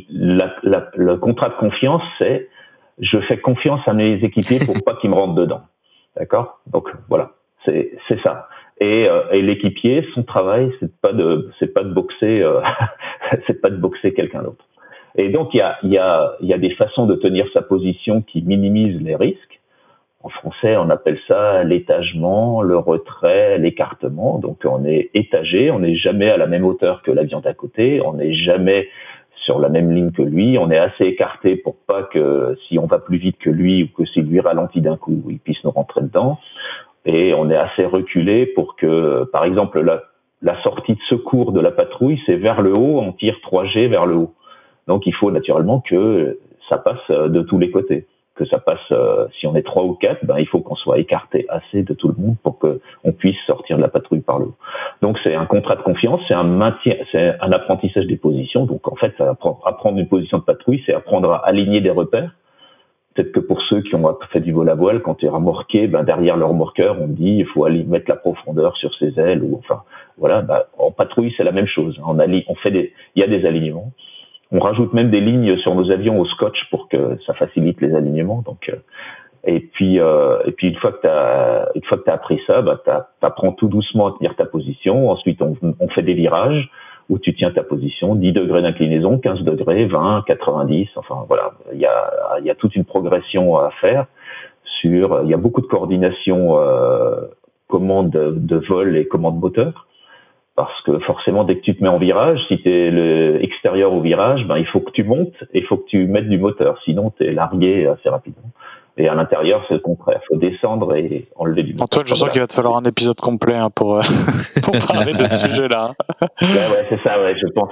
le contrat de confiance, c'est je fais confiance à mes équipiers pour pas qu'ils me rentrent dedans. D'accord? Donc voilà, c'est ça. Et l'équipier, son travail, c'est pas de boxer, c'est pas de boxer quelqu'un d'autre. Et donc il y a des façons de tenir sa position qui minimisent les risques. En français, on appelle ça l'étagement, le retrait, l'écartement. Donc, on est étagé, on n'est jamais à la même hauteur que l'avion d'à côté, on n'est jamais sur la même ligne que lui, on est assez écarté pour pas que si on va plus vite que lui ou que si lui ralentit d'un coup, il puisse nous rentrer dedans. Et on est assez reculé pour que, par exemple, la sortie de secours de la patrouille, c'est vers le haut, on tire 3G vers le haut. Donc, il faut naturellement que ça passe de tous les côtés. Que ça passe, si on est 3 ou 4, il faut qu'on soit écarté assez de tout le monde pour qu'on puisse sortir de la patrouille par le haut. Donc c'est un contrat de confiance, c'est un apprentissage des positions. Donc en fait, apprendre une position de patrouille, c'est apprendre à aligner des repères. Peut-être que pour ceux qui ont fait du vol à voile, quand tu es remorqué, derrière le remorqueur, on dit il faut aller mettre la profondeur sur ses ailes ou enfin voilà. En patrouille, c'est la même chose. Il y a des alignements. On rajoute même des lignes sur nos avions au scotch pour que ça facilite les alignements. Donc, et puis une fois que t'as appris ça, t'apprends tout doucement à tenir ta position. Ensuite, on fait des virages où tu tiens ta position, 10 degrés d'inclinaison, 15 degrés, 20, 90. Enfin voilà, il y a toute une progression à faire. Il y a beaucoup de coordination, commande de vol et commande moteur. Parce que forcément, dès que tu te mets en virage, si tu es extérieur au virage, il faut que tu montes et il faut que tu mettes du moteur. Sinon, tu es largué assez rapidement. Et à l'intérieur, c'est le contraire. Il faut descendre et enlever du moteur. Antoine, je sens qu'il va te falloir un épisode complet pour parler de ce sujet-là. Ouais, c'est ça, je pense.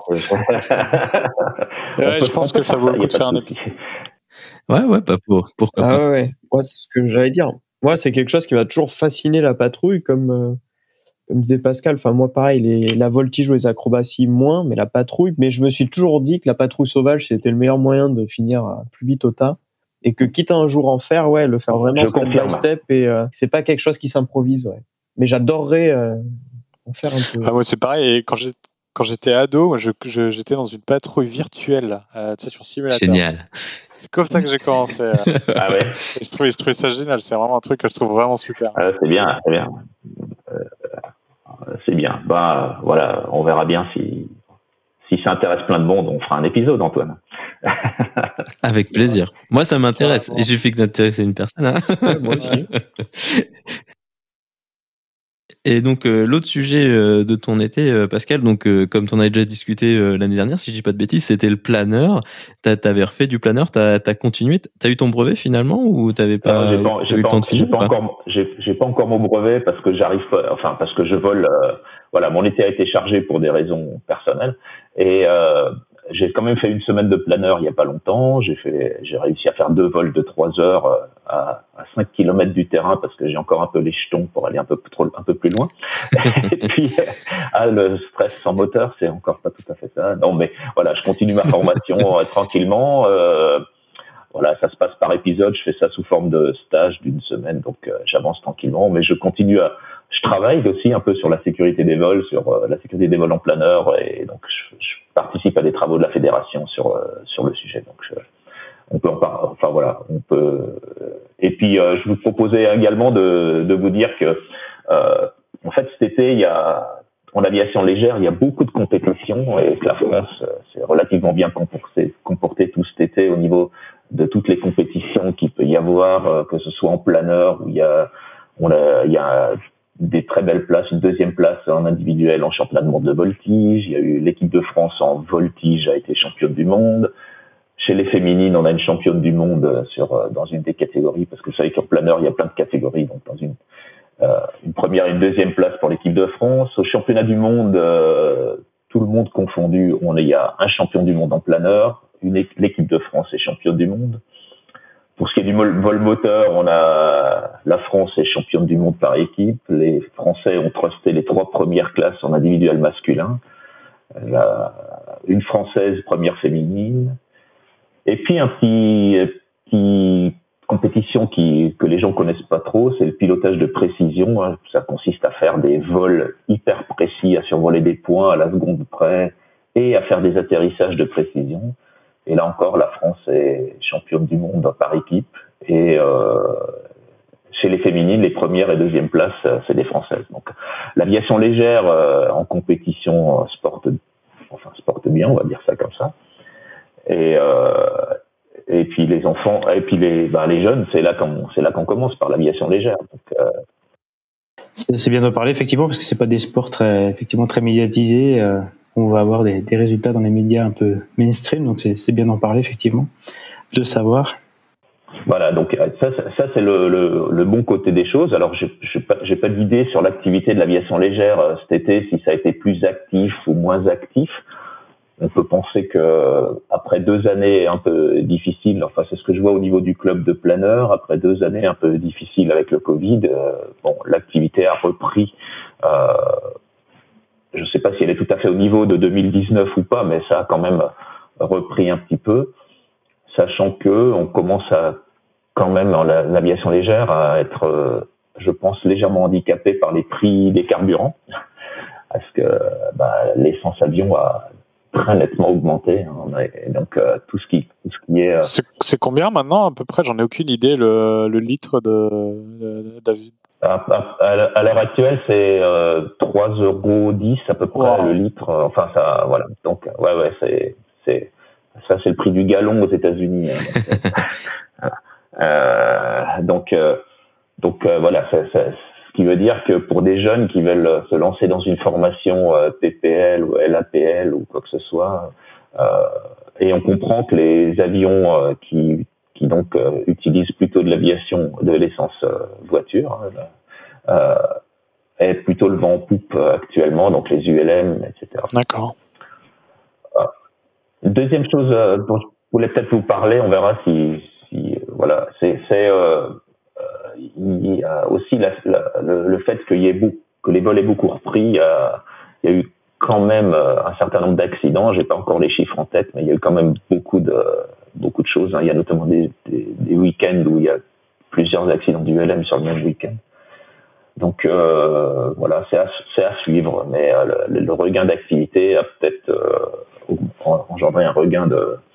Je pense que ça vaut le coup de faire un épisode. Ouais, pourquoi pas. Ah ouais, moi, c'est ce que j'allais dire. Moi, c'est quelque chose qui m'a toujours fasciné, la patrouille, comme disait Pascal. Enfin, moi, pareil, la voltige ou les acrobaties, moins, mais la patrouille. Mais je me suis toujours dit que la patrouille sauvage, c'était le meilleur moyen de finir plus vite au tas. Et que quitte à un jour en faire, le faire vraiment step by step. Et c'est pas quelque chose qui s'improvise, Mais j'adorerais en faire un peu. Moi, c'est pareil. Et quand j'étais ado, j'étais dans une patrouille virtuelle, sur simulateur. Génial. C'est comme ça que j'ai commencé. Ah ouais. Je trouvais ça génial. C'est vraiment un truc que je trouve vraiment super. C'est bien, c'est bien. C'est bien. Voilà, on verra bien si ça intéresse plein de monde, on fera un épisode, Antoine. Avec plaisir. Moi, ça m'intéresse. Il suffit que d'intéresser une personne. Hein. Ouais, moi aussi. Et donc, l'autre sujet de ton été, Pascal, donc comme tu en avais déjà discuté l'année dernière, si je dis pas de bêtises, c'était le planeur. T'avais refait du planeur, t'as continué. T'as eu ton brevet finalement ou t'avais pas eu le temps de finir? J'ai pas encore mon brevet parce que parce que je vole. Mon été a été chargé pour des raisons personnelles et j'ai quand même fait une semaine de planeur il y a pas longtemps. J'ai réussi à faire 2 vols de 3 heures à 5 km du terrain parce que j'ai encore un peu les jetons pour aller un peu plus loin. Et puis, le stress sans moteur, c'est encore pas tout à fait ça. Non, mais voilà, je continue ma formation tranquillement. Voilà, ça se passe par épisode. Je fais ça sous forme de stage d'une semaine, donc j'avance tranquillement. Mais je travaille aussi un peu sur la sécurité des vols, sur la sécurité des vols en planeur, et donc je participe à des travaux de la fédération sur le sujet. Donc on peut en parler. Enfin voilà, on peut. Et puis je vous proposais également de vous dire que en fait cet été en aviation légère, il y a beaucoup de compétitions et que la France s'est relativement bien comportée tout cet été au niveau de toutes les compétitions qu'il peut y avoir, que ce soit en planeur où il y a des très belles places, une 2e place en individuel en championnat de monde de voltige. Il y a eu l'équipe de France en voltige a été championne du monde. Chez les féminines, on a une championne du monde dans une des catégories, parce que vous savez qu'en planeur, il y a plein de catégories, donc dans une première et une 2e place pour l'équipe de France. Au championnat du monde, tout le monde confondu, il y a un champion du monde en planeur, l'équipe de France est championne du monde. Pour ce qui est du vol moteur, la France est championne du monde par équipe. Les Français ont trusté les 3 premières classes en individuel masculin. Une Française première féminine. Et puis un petit compétition que les gens connaissent pas trop, c'est le pilotage de précision. Ça consiste à faire des vols hyper précis, à survoler des points à la seconde près et à faire des atterrissages de précision. Et là encore, la France est championne du monde par équipe. Et chez les féminines, les premières et 2e places, c'est des Françaises. Donc, l'aviation légère en compétition sporte bien, on va dire ça comme ça. Et puis les enfants, et puis les jeunes, c'est là qu'on commence par l'aviation légère. Donc, c'est bien d'en parler effectivement parce que c'est pas des sports très médiatisés. On va avoir des résultats dans les médias un peu mainstream, donc c'est bien d'en parler effectivement, de savoir. Voilà, donc ça c'est le bon côté des choses. Alors j'ai pas d'idée sur l'activité de l'aviation légère cet été, si ça a été plus actif ou moins actif. On peut penser que après 2 années un peu difficiles, enfin c'est ce que je vois au niveau du club de planeur, après 2 années un peu difficiles avec le Covid, l'activité a repris. Je ne sais pas si elle est tout à fait au niveau de 2019 ou pas, mais ça a quand même repris un petit peu, sachant que on commence quand même l'aviation légère à être, je pense, légèrement handicapé par les prix des carburants, parce que l'essence avion a très nettement augmenté. Et donc tout ce qui est. C'est combien maintenant à peu près? J'en ai aucune idée le litre d'avion. À l'heure actuelle, c'est 3,10 € à peu près le litre. Enfin, ça, voilà. Donc, ouais, c'est le prix du gallon aux États-Unis. Donc, voilà, ce qui veut dire que pour des jeunes qui veulent se lancer dans une formation PPL ou LAPL ou quoi que ce soit, et on comprend que les avions qui donc utilisent plutôt de l'essence voiture, est plutôt le vent en poupe actuellement, donc les ULM, etc. D'accord. Deuxième chose dont je voulais peut-être vous parler, on verra si voilà, il y a aussi le fait que les vols aient beaucoup repris. Il y a eu quand même un certain nombre d'accidents. J'ai pas encore les chiffres en tête, mais il y a eu quand même beaucoup de choses. Il y a notamment des week-ends où il y a plusieurs accidents d'ULM sur le même week-end. Donc voilà, c'est à suivre, mais le regain d'activité a peut-être engendré un regain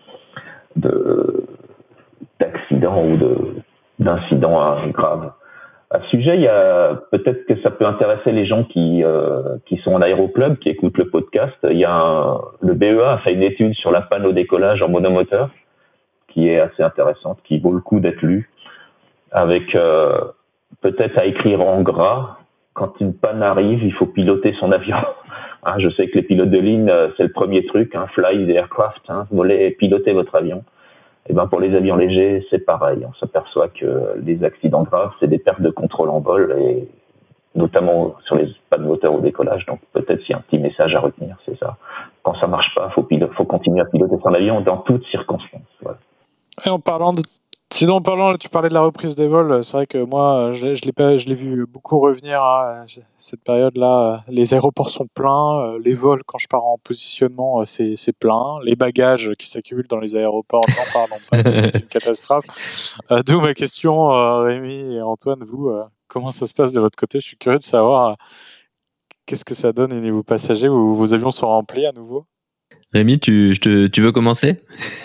d'accidents ou d'incidents graves. À ce sujet, il y a peut-être que ça peut intéresser les gens qui sont en aéroclub, qui écoutent le podcast. Le BEA a fait une étude sur la panne au décollage en monomoteur, qui est assez intéressante, qui vaut le coup d'être lue, avec peut-être à écrire en gras. Quand une panne arrive, il faut piloter son avion. Je sais que les pilotes de ligne, c'est le premier truc, fly the aircraft, voler, piloter votre avion. Et pour les avions légers, c'est pareil. On s'aperçoit que les accidents graves, c'est des pertes de contrôle en vol, et notamment sur les pannes moteurs au décollage. Donc peut-être s'il y a un petit message à retenir, c'est ça. Quand ça marche pas, faut continuer à piloter son avion dans toutes circonstances. Voilà. Et en parlant, tu parlais de la reprise des vols. C'est vrai que moi, je l'ai vu beaucoup revenir. Hein, cette période-là, les aéroports sont pleins. Les vols, quand je pars en positionnement, c'est plein. Les bagages qui s'accumulent dans les aéroports, n'en parlons pas, c'est une catastrophe. D'où ma question, Rémi et Antoine, vous, comment ça se passe de votre côté? Je suis curieux de savoir qu'est-ce que ça donne au niveau passager. Vos avions sont remplis à nouveau? Rémi, tu veux commencer?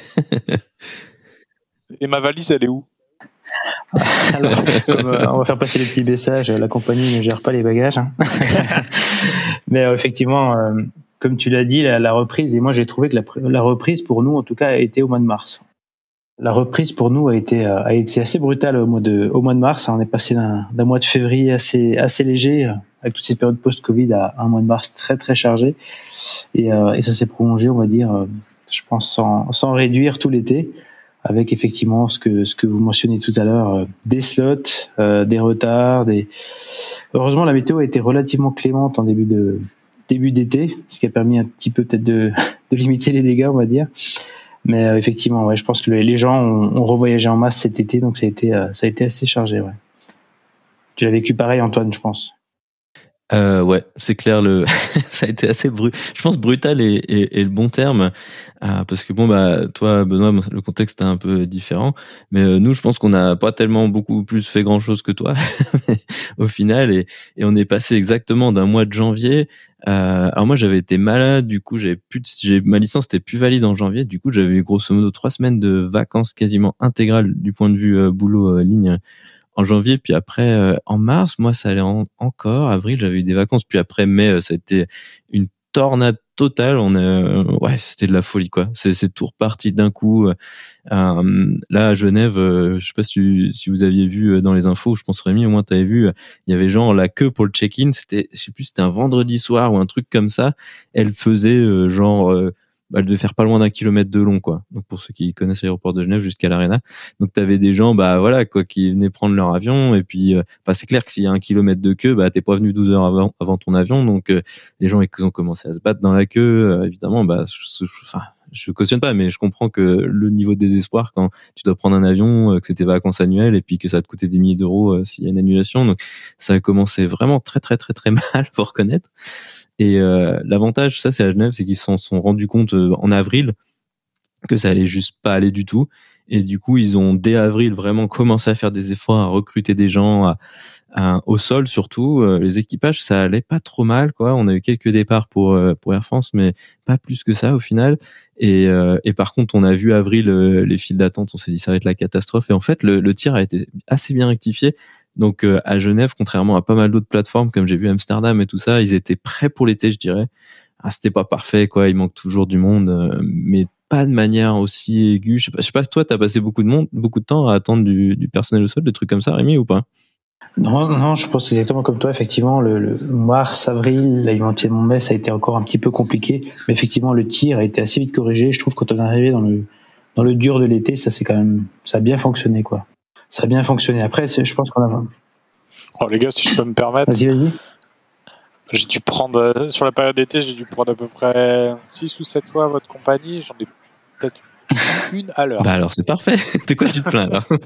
Et ma valise, elle est où? Alors, on va faire passer les petits messages. La compagnie ne gère pas les bagages. Hein. Mais effectivement, comme tu l'as dit, la reprise, et moi j'ai trouvé que la reprise pour nous, en tout cas, a été au mois de mars. La reprise pour nous a été assez brutale au mois de mars. On est passé d'un mois de février assez léger, avec toute cette période post-Covid, à un mois de mars très très chargé. Et ça s'est prolongé, on va dire, je pense, sans réduire tout l'été, avec effectivement ce que vous mentionnez tout à l'heure, des slots, des retards. Heureusement, la météo a été relativement clémente en début d'été, ce qui a permis un petit peu peut-être de limiter les dégâts, on va dire. Mais effectivement, ouais, je pense que les gens ont revoyagé en masse cet été, donc ça a été assez chargé. Ouais. Tu l'as vécu pareil, Antoine, je pense. Ouais, c'est clair, ça a été assez je pense brutal est le bon terme, parce que bon, bah, toi, Benoît, le contexte est un peu différent, mais nous, je pense qu'on n'a pas tellement beaucoup plus fait grand chose que toi, au final, et on est passé exactement d'un mois de janvier. Alors moi, j'avais été malade, du coup, ma licence était plus valide en janvier, du coup, j'avais eu grosso modo 3 semaines de vacances quasiment intégrales du point de vue boulot ligne en janvier, puis après en mars, moi ça allait encore. Avril, j'avais eu des vacances, puis après mai, ça a été une tornade totale. Ouais, c'était de la folie quoi. C'est tout reparti d'un coup. Là à Genève, je sais pas si vous aviez vu dans les infos, je pense Rémi, au moins t'avais vu, il y avait genre la queue pour le check-in. C'était, je sais plus, c'était un vendredi soir ou un truc comme ça. Elle faisait elle devait faire pas loin d'1 kilomètre de long, quoi. Donc, pour ceux qui connaissent l'aéroport de Genève jusqu'à l'Arena. Donc, t'avais des gens, bah, voilà, quoi, qui venaient prendre leur avion. Et puis, c'est clair que s'il y a 1 kilomètre de queue, bah, t'es pas venu 12 heures avant ton avion. Donc, les gens, ils ont commencé à se battre dans la queue. Évidemment, bah, je cautionne pas, mais je comprends que le niveau de désespoir quand tu dois prendre un avion, que c'est tes vacances annuelles et puis que ça va te coûter des milliers d'euros s'il y a une annulation. Donc, ça a commencé vraiment très, très, très, très mal, faut reconnaître. Et l'avantage, ça c'est à Genève, c'est qu'ils s'en sont rendus compte en avril que ça allait juste pas aller du tout. Et du coup, ils ont dès avril vraiment commencé à faire des efforts, à recruter des gens, au sol surtout. Les équipages, ça allait pas trop mal, quoi. On a eu quelques départs pour Air France, mais pas plus que ça au final. Et par contre, on a vu avril les files d'attente, on s'est dit ça va être la catastrophe. Et en fait, le tir a été assez bien rectifié. Donc à Genève, contrairement à pas mal d'autres plateformes, comme j'ai vu Amsterdam et tout ça, ils étaient prêts pour l'été, je dirais. C'était pas parfait, quoi. Il manque toujours du monde, mais pas de manière aussi aiguë. Je sais pas, toi, t'as passé beaucoup de temps à attendre du personnel au sol, des trucs comme ça, Rémi, ou pas? Non, je pense exactement comme toi. Effectivement, le mars, avril, éventuellement mai, ça a été encore un petit peu compliqué. Mais effectivement, le tir a été assez vite corrigé. Je trouve que quand on est arrivé dans le dur de l'été, ça a bien fonctionné, quoi. Ça a bien fonctionné. Après, je pense qu'on a... Oh, les gars, si je peux me permettre. Vas-y. J'ai dû prendre, sur la période d'été, j'ai dû prendre à peu près 6 ou 7 fois votre compagnie. J'en ai peut-être une à l'heure. Bah alors, c'est parfait. De quoi tu te plains, alors?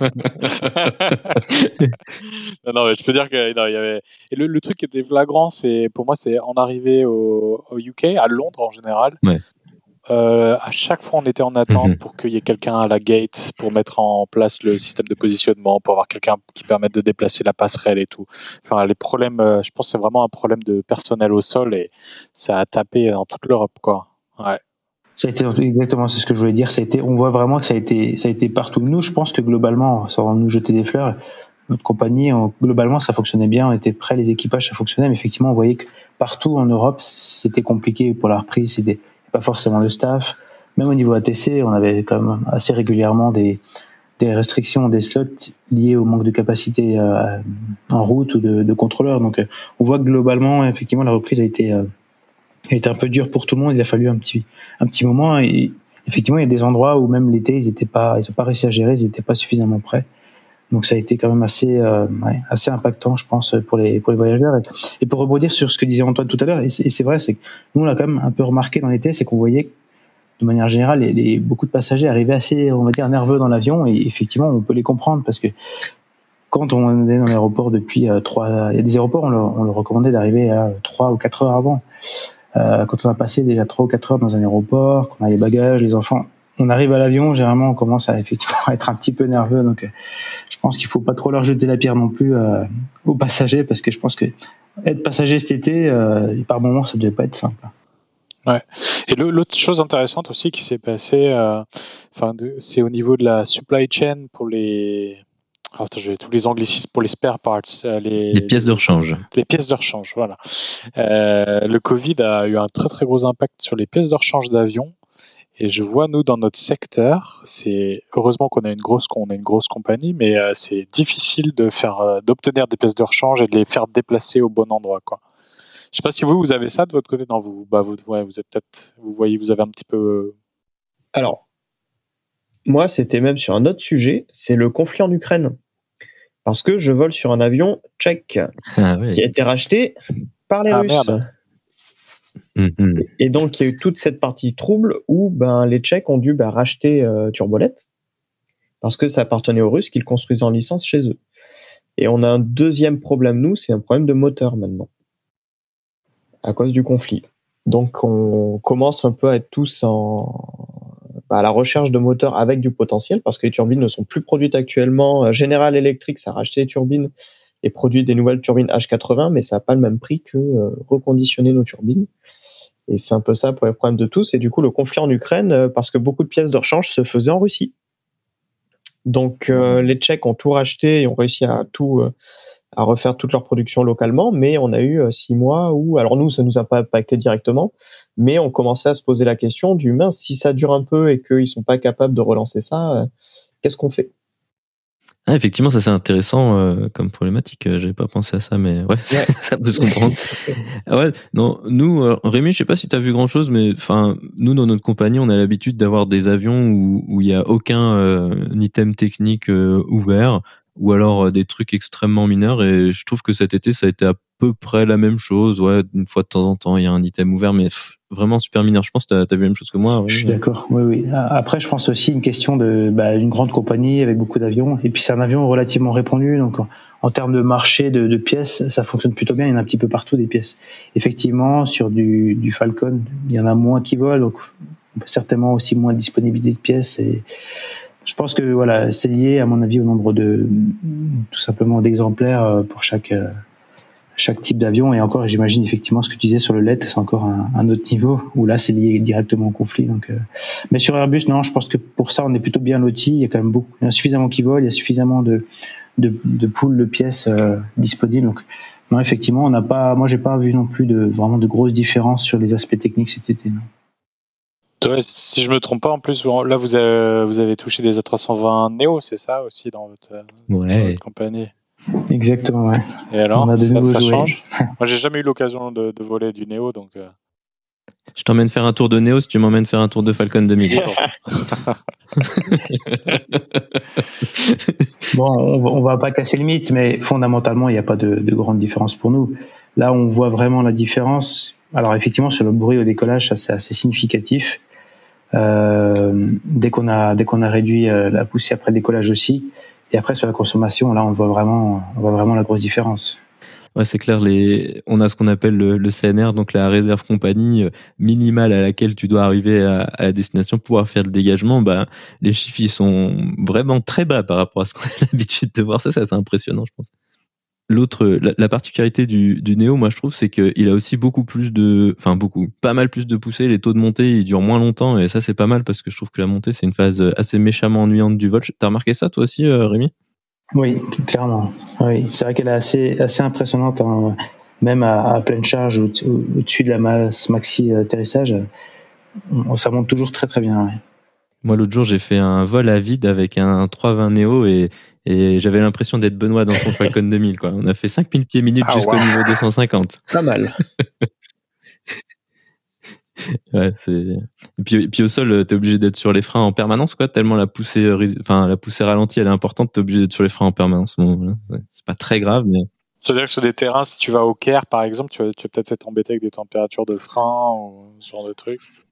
Non, mais je peux dire que, non, il y avait, et le truc qui était flagrant, pour moi, c'est en arrivée au UK, à Londres en général. Ouais. À chaque fois, on était en attente pour qu'il y ait quelqu'un à la gate pour mettre en place le système de positionnement, pour avoir quelqu'un qui permette de déplacer la passerelle et tout. Enfin, les problèmes, je pense que c'est vraiment un problème de personnel au sol et ça a tapé dans toute l'Europe, quoi. Ouais. Ça a été exactement, c'est ce que je voulais dire. On voit vraiment que ça a été partout. Nous, je pense que globalement, sans nous jeter des fleurs, notre compagnie, globalement, ça fonctionnait bien. On était prêts, les équipages, ça fonctionnait. Mais effectivement, on voyait que partout en Europe, c'était compliqué pour la reprise. C'était pas forcément le staff. Même au niveau ATC, on avait quand même assez régulièrement des restrictions, des slots liés au manque de capacité en route ou de contrôleurs. Donc, on voit que globalement, effectivement, la reprise a été un peu dure pour tout le monde. Il a fallu un petit moment. Et effectivement, il y a des endroits où même l'été, ils n'ont pas réussi à gérer, ils n'étaient pas suffisamment prêts. Donc ça a été quand même assez impactant, je pense, pour les voyageurs. Et pour rebondir sur ce que disait Antoine tout à l'heure, et c'est vrai, c'est que nous on l'a quand même un peu remarqué dans l'été, c'est qu'on voyait de manière générale, beaucoup de passagers arrivaient assez, on va dire, nerveux dans l'avion, et effectivement, on peut les comprendre, parce que quand on est dans l'aéroport depuis il y a des aéroports, on leur recommandait d'arriver à 3 ou 4 heures avant. Quand on a passé déjà 3 ou 4 heures dans un aéroport, qu'on a les bagages, les enfants, on arrive à l'avion, généralement on commence à effectivement être un petit peu nerveux. Donc je pense qu'il faut pas trop leur jeter la pierre non plus aux passagers, parce que je pense que être passager cet été, par moment, ça devait pas être simple. Ouais. Et l'autre chose intéressante aussi qui s'est passée, c'est au niveau de la supply chain pour les. J'ai tous les anglicismes pour les spare parts, les pièces de rechange. Les pièces de rechange, voilà. Le Covid a eu un très très gros impact sur les pièces de rechange d'avion. Et je vois, nous, dans notre secteur, c'est heureusement qu'on a une grosse compagnie, mais c'est difficile d'obtenir des pièces de rechange et de les faire déplacer au bon endroit, quoi. Je sais pas si vous avez ça de votre côté. Non, vous êtes peut-être, vous avez un petit peu. Alors, moi, c'était même sur un autre sujet, c'est le conflit en Ukraine. Parce que je vole sur un avion tchèque qui a été racheté par les Russes. Merde. Et donc, il y a eu toute cette partie trouble où les Tchèques ont dû racheter Turbolet parce que ça appartenait aux Russes qu'ils construisaient en licence chez eux. Et on a un deuxième problème, nous, c'est un problème de moteur maintenant, à cause du conflit. Donc, on commence un peu à être tous à la recherche de moteurs avec du potentiel, parce que les turbines ne sont plus produites actuellement. General Electric, ça a racheté les turbines et produit des nouvelles turbines H80, mais ça n'a pas le même prix que reconditionner nos turbines. Et c'est un peu ça pour les problèmes de tous. Et du coup, le conflit en Ukraine, parce que beaucoup de pièces de rechange se faisaient en Russie. Donc, les Tchèques ont tout racheté et ont réussi à refaire toute leur production localement. Mais on a eu 6 mois où, alors nous, ça nous a pas impacté directement, mais on commençait à se poser la question du mince, si ça dure un peu et qu'ils sont pas capables de relancer ça, qu'est-ce qu'on fait? Ah, effectivement, ça c'est intéressant comme problématique. J'avais pas pensé à ça, mais ouais, ça peut se comprendre. Ouais, non, nous, Rémi, je sais pas si t'as vu grand chose, mais enfin, nous dans notre compagnie, on a l'habitude d'avoir des avions où il y a aucun item technique ouvert, ou alors des trucs extrêmement mineurs. Et je trouve que cet été, ça a été à peu près la même chose. Ouais, une fois de temps en temps, il y a un item ouvert, mais vraiment super mineur. Je pense que t'as vu la même chose que moi. Ouais. Je suis d'accord. Oui. Après, je pense aussi une question d'une grande compagnie avec beaucoup d'avions. Et puis, c'est un avion relativement répandu. Donc, en termes de marché de pièces, ça fonctionne plutôt bien. Il y en a un petit peu partout des pièces. Effectivement, sur du Falcon, il y en a moins qui volent. Donc, certainement aussi moins de disponibilité de pièces. Et je pense que voilà, c'est lié, à mon avis, au nombre tout simplement d'exemplaires pour chaque type d'avion. Et encore, j'imagine effectivement ce que tu disais sur le LED, c'est encore un autre niveau où là c'est lié directement au conflit. Donc, mais sur Airbus, non, je pense que pour ça on est plutôt bien loti. Il y a quand même il y a suffisamment qui volent, il y a suffisamment de pools de pièces disponibles. Donc non, effectivement, moi j'ai pas vu non plus vraiment de grosses différences sur les aspects techniques cet été. Non. Ouais, si je me trompe pas, en plus là vous avez touché des A320 Neo, c'est ça aussi dans votre compagnie. Exactement, ouais. Et alors, on a ça change? Moi, j'ai jamais eu l'occasion de voler du Neo, donc. Je t'emmène faire un tour de Neo si tu m'emmènes faire un tour de Falcon 2000. Bon, on va pas casser le mythe, mais fondamentalement, il n'y a pas de grande différence pour nous. Là, on voit vraiment la différence. Alors, effectivement, sur le bruit au décollage, ça c'est assez significatif. Dès qu'on a réduit la poussée après le décollage aussi. Et après, sur la consommation, là, on voit vraiment la grosse différence. Ouais, c'est clair. On a ce qu'on appelle le CNR, donc la réserve compagnie minimale à laquelle tu dois arriver à la destination pour pouvoir faire le dégagement. Les chiffres, ils sont vraiment très bas par rapport à ce qu'on a l'habitude de voir. Ça, c'est assez impressionnant, je pense. L'autre, la particularité du Neo, moi, je trouve, c'est qu'il a aussi pas mal plus de poussée. Les taux de montée, ils durent moins longtemps. Et ça, c'est pas mal parce que je trouve que la montée, c'est une phase assez méchamment ennuyante du vol. T'as remarqué ça, toi aussi, Rémi? Oui, clairement. Oui, c'est vrai qu'elle est assez impressionnante, hein. Même à pleine charge, au-dessus de la masse maxi atterrissage, ça monte toujours très très bien. Ouais. Moi, l'autre jour, j'ai fait un vol à vide avec un 320 Neo et j'avais l'impression d'être Benoît dans son Falcon 2000. Quoi. On a fait 5000 pieds minutes jusqu'au niveau 250. Pas mal. Ouais, et puis au sol, t'es obligé d'être sur les freins en permanence, quoi. Tellement la poussée ralentie, elle est importante, t'es obligé d'être sur les freins en permanence. Bon, voilà. C'est pas très grave, mais. C'est-à-dire que sur des terrains, si tu vas au Caire, par exemple, tu vas peut-être être embêté avec des températures de frein ou ce genre de trucs.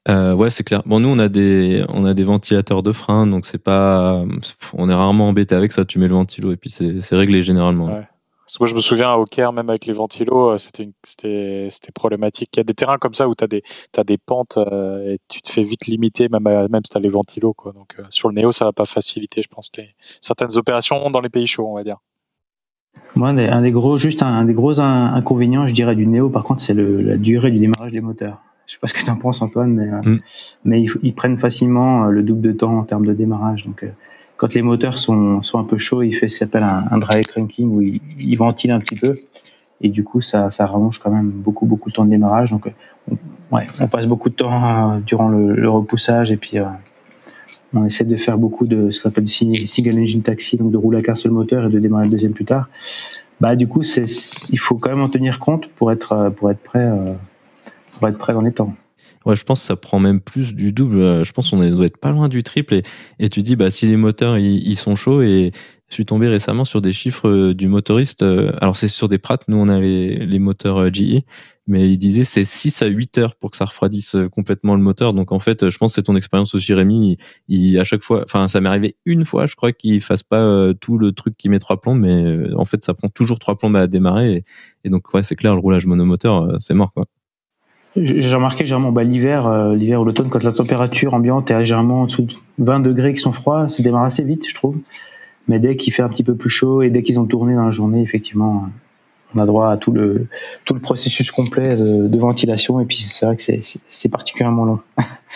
Ouais, c'est clair. Bon, nous, on a des ventilateurs de frein, donc on est rarement embêté avec ça. Tu mets le ventilo et puis c'est réglé généralement. Ouais. Parce que moi, je me souviens à Auxerre, même avec les ventilos, c'était problématique. Il y a des terrains comme ça où t'as des pentes et tu te fais vite limiter, même si t'as les ventilos, quoi. Donc, sur le Néo, ça va pas faciliter, je pense, certaines opérations dans les pays chauds, on va dire. Moi, un des gros inconvénients, je dirais, du Néo, par contre, c'est la durée du démarrage des moteurs. Je sais pas ce que tu en penses, Antoine, mais ils prennent facilement le double de temps en termes de démarrage. Donc, quand les moteurs sont un peu chauds, il fait ce qu'on appelle un dry cranking où il ventile un petit peu. Et du coup, ça rallonge quand même beaucoup de temps de démarrage. Donc, on passe beaucoup de temps durant le repoussage et puis on essaie de faire beaucoup de ce qu'on appelle du single engine taxi, donc de rouler avec un seul moteur et de démarrer le deuxième plus tard. Bah, du coup, il faut quand même en tenir compte pour être prêt dans les temps. Ouais, je pense que ça prend même plus du double. Je pense qu'on doit être pas loin du triple. Et tu dis, bah, si les moteurs ils sont chauds, et je suis tombé récemment sur des chiffres du motoriste. Alors, c'est sur des Pratt. Nous, on a les moteurs GE. Mais il disait c'est 6 à 8 heures pour que ça refroidisse complètement le moteur. Donc, en fait, je pense que c'est ton expérience aussi, Rémi. À chaque fois, enfin, ça m'est arrivé une fois, je crois, qu'il fasse pas tout le truc qui met 3 plombs. Mais en fait, ça prend toujours 3 plombs à démarrer. Et donc, ouais, c'est clair, le roulage monomoteur, c'est mort, quoi. J'ai remarqué généralement l'hiver ou l'automne, quand la température ambiante est généralement en dessous de 20 degrés qui sont froids, ça démarre assez vite, je trouve. Mais dès qu'il fait un petit peu plus chaud et dès qu'ils ont tourné dans la journée, effectivement, on a droit à tout le processus complet de ventilation. Et puis c'est vrai que c'est particulièrement long.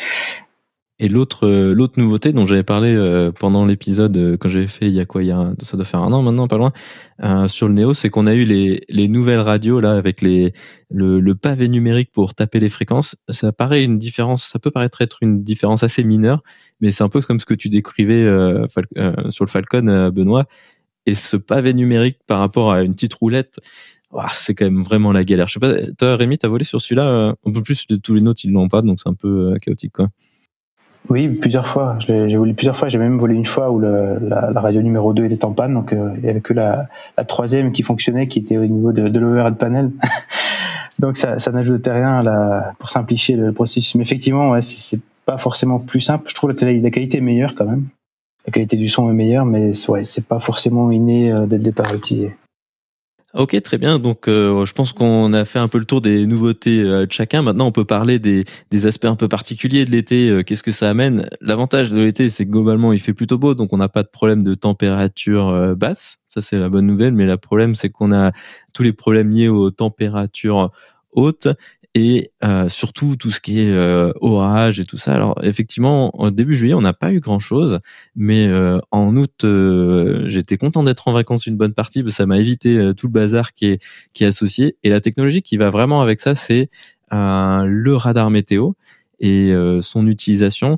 Et l'autre nouveauté dont j'avais parlé pendant l'épisode quand j'avais fait ça doit faire un an maintenant, pas loin, sur le Néo, c'est qu'on a eu les nouvelles radios là avec le pavé numérique pour taper les fréquences. Ça peut paraître être une différence assez mineure, mais c'est un peu comme ce que tu décrivais sur le Falcon, Benoît. Et ce pavé numérique par rapport à une petite roulette, c'est quand même vraiment la galère. Je sais pas, toi Rémi, t'as volé sur celui-là un peu plus de tous les nôtres, ils l'ont pas, donc c'est un peu chaotique, quoi. Oui, plusieurs fois. J'ai volé plusieurs fois. J'ai même volé une fois où la radio numéro 2 était en panne. Donc, il y avait que la troisième qui fonctionnait, qui était au niveau de l'overhead panel. Donc, ça n'ajoutait rien pour simplifier le processus. Mais effectivement, ouais, c'est pas forcément plus simple. Je trouve la qualité est meilleure quand même. La qualité du son est meilleure, mais c'est pas forcément inné dès le départ à utiliser. Ok, très bien. Donc, je pense qu'on a fait un peu le tour des nouveautés de chacun. Maintenant, on peut parler des aspects un peu particuliers de l'été. Qu'est-ce que ça amène? L'avantage de l'été, c'est que globalement, il fait plutôt beau, donc on n'a pas de problème de température basse. Ça, c'est la bonne nouvelle. Mais le problème, c'est qu'on a tous les problèmes liés aux températures hautes. Et surtout tout ce qui est orage et tout ça. Alors effectivement, au début juillet, on n'a pas eu grand-chose, mais en août, j'étais content d'être en vacances une bonne partie, parce que ça m'a évité tout le bazar qui est associé. Et la technologie qui va vraiment avec ça, c'est le radar météo et son utilisation.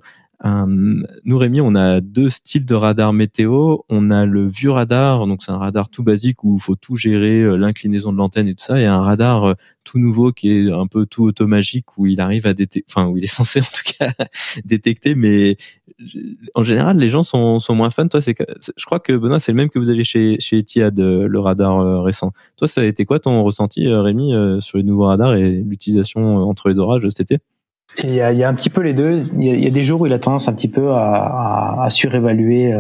Nous, Rémi, on a deux styles de radar météo. On a le vieux radar, donc c'est un radar tout basique où il faut tout gérer, l'inclinaison de l'antenne et tout ça, et un radar tout nouveau qui est un peu tout automagique où il arrive à où il est censé en tout cas détecter, mais en général les gens sont moins fans. Toi, je crois que Benoît, c'est le même que vous avez chez Etihad, le radar récent. Toi, ça a été quoi ton ressenti, Rémi, sur les nouveaux radars et l'utilisation entre les orages cet été? Il y a un petit peu les deux. Il y a des jours où il a tendance un petit peu à surévaluer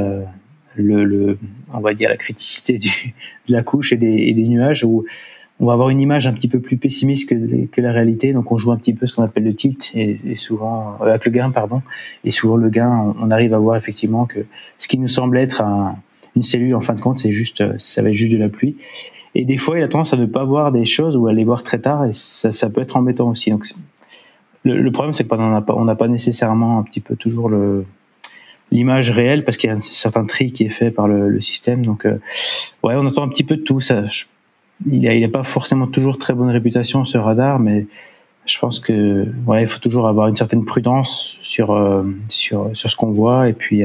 on va dire la criticité de la couche et des nuages, où on va avoir une image un petit peu plus pessimiste que la réalité. Donc on joue un petit peu ce qu'on appelle le tilt et souvent avec le gain, pardon. Et souvent le gain, on arrive à voir effectivement que ce qui nous semble être une cellule, en fin de compte, ça va être juste de la pluie. Et des fois, il a tendance à ne pas voir des choses ou à les voir très tard, et ça peut être embêtant aussi. Donc le problème, c'est qu'on n'a pas nécessairement un petit peu toujours l'image réelle, parce qu'il y a un certain tri qui est fait par le système. Donc, on entend un petit peu de tout. Il n'a pas forcément toujours très bonne réputation, ce radar, mais je pense que il faut toujours avoir une certaine prudence sur ce qu'on voit, et puis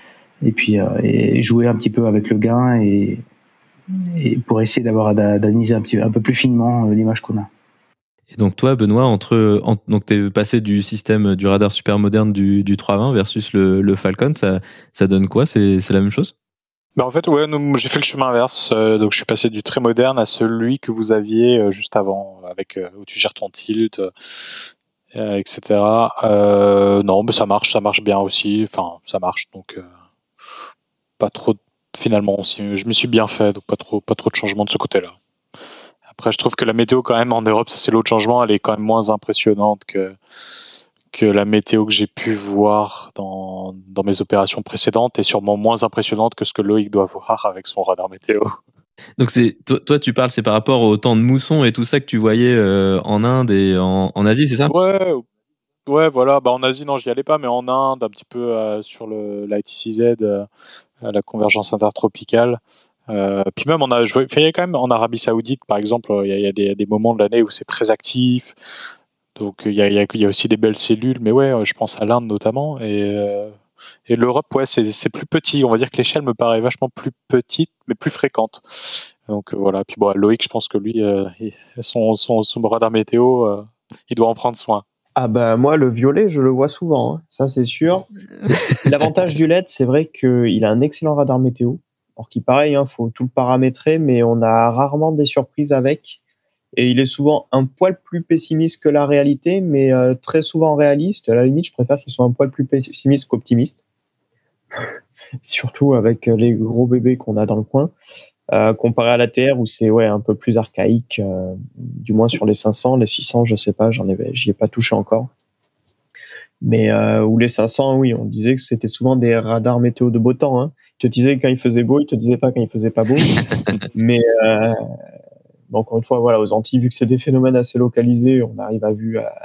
jouer un petit peu avec le gain et pour essayer d'analyser un peu plus finement l'image qu'on a. Et donc toi, Benoît, donc t'es passé du système du radar super moderne du 320 versus le Falcon, ça donne quoi? C'est la même chose? En fait, j'ai fait le chemin inverse. Donc je suis passé du très moderne à celui que vous aviez juste avant, avec où tu gères ton tilt. etc. Non, mais ça marche bien aussi. Enfin, ça marche, donc pas trop. Finalement, je m'y suis bien fait, donc pas trop de changements de ce côté-là. Après, je trouve que la météo, quand même, en Europe, ça c'est l'autre changement, elle est quand même moins impressionnante que la météo que j'ai pu voir dans mes opérations précédentes, et sûrement moins impressionnante que ce que Loïc doit voir avec son radar météo. Donc toi tu parles, c'est par rapport au temps de mousson et tout ça que tu voyais en Inde et en Asie, c'est ça? Ouais, voilà. En Asie, non, j'y allais pas, mais en Inde, un petit peu sur l'ITCZ, la convergence intertropicale. Puis même, il y a quand même en Arabie Saoudite, par exemple, il y a des moments de l'année où c'est très actif. Donc il y a aussi des belles cellules, mais ouais, je pense à l'Inde notamment, et l'Europe, ouais, c'est plus petit. On va dire que l'échelle me paraît vachement plus petite, mais plus fréquente. Donc voilà. Puis Loïc, je pense que lui, son radar météo, il doit en prendre soin. Ah bah moi le violet je le vois souvent, hein. Ça c'est sûr. L'avantage du LED c'est vrai qu'il a un excellent radar météo. Alors qu'il pareil, hein, faut tout le paramétrer, mais on a rarement des surprises avec. Et il est souvent un poil plus pessimiste que la réalité, mais très souvent réaliste. À la limite, je préfère qu'il soit un poil plus pessimiste qu'optimiste. Surtout avec les gros bébés qu'on a dans le coin. Comparé à l'ATR où c'est un peu plus archaïque, du moins sur les 500, les 600, je sais pas, j'y ai pas touché encore. Mais où les 500, oui, on disait que c'était souvent des radars météo de beau temps. Hein. Ils te disaient quand il faisait beau, ils te disaient pas quand il faisait pas beau. Mais encore une fois, voilà, aux Antilles, vu que c'est des phénomènes assez localisés, on arrive à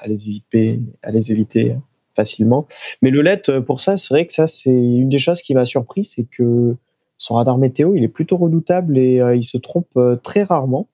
les éviter facilement. Mais le LED, pour ça, c'est vrai que ça, c'est une des choses qui m'a surpris, c'est que son radar météo, il est plutôt redoutable et il se trompe très rarement.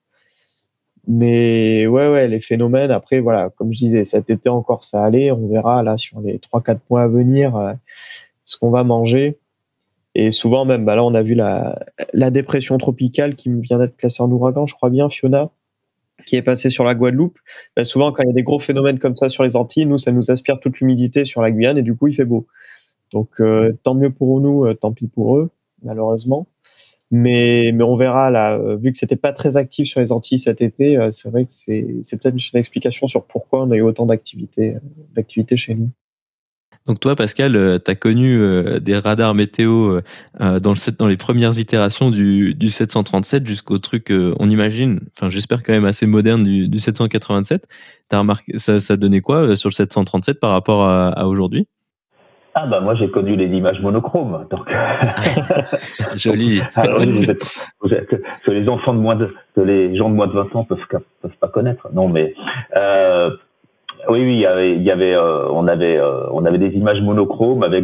Mais ouais, les phénomènes, après, voilà, comme je disais, cet été encore, ça allait. On verra là sur les 3-4 mois à venir ce qu'on va manger. Et souvent, même, là, on a vu la dépression tropicale qui vient d'être classée en ouragan, je crois bien, Fiona, qui est passée sur la Guadeloupe. Souvent, quand il y a des gros phénomènes comme ça sur les Antilles, nous, ça nous aspire toute l'humidité sur la Guyane et du coup, il fait beau. Donc, tant mieux pour nous, tant pis pour eux, malheureusement. Mais on verra là, vu que c'était pas très actif sur les Antilles cet été, c'est vrai que c'est peut-être une explication sur pourquoi on a eu autant d'activité chez nous. Donc toi, Pascal, tu as connu des radars météo dans les premières itérations du 737 jusqu'au truc, on imagine, enfin j'espère quand même assez moderne du 787. T'as remarqué, ça donnait quoi sur le 737 par rapport à aujourd'hui? Ah bah moi j'ai connu les images monochromes. Donc Joli. Alors vous êtes que les enfants que les gens de moins de 20 ans peuvent pas connaître. Non mais oui, on avait des images monochromes avec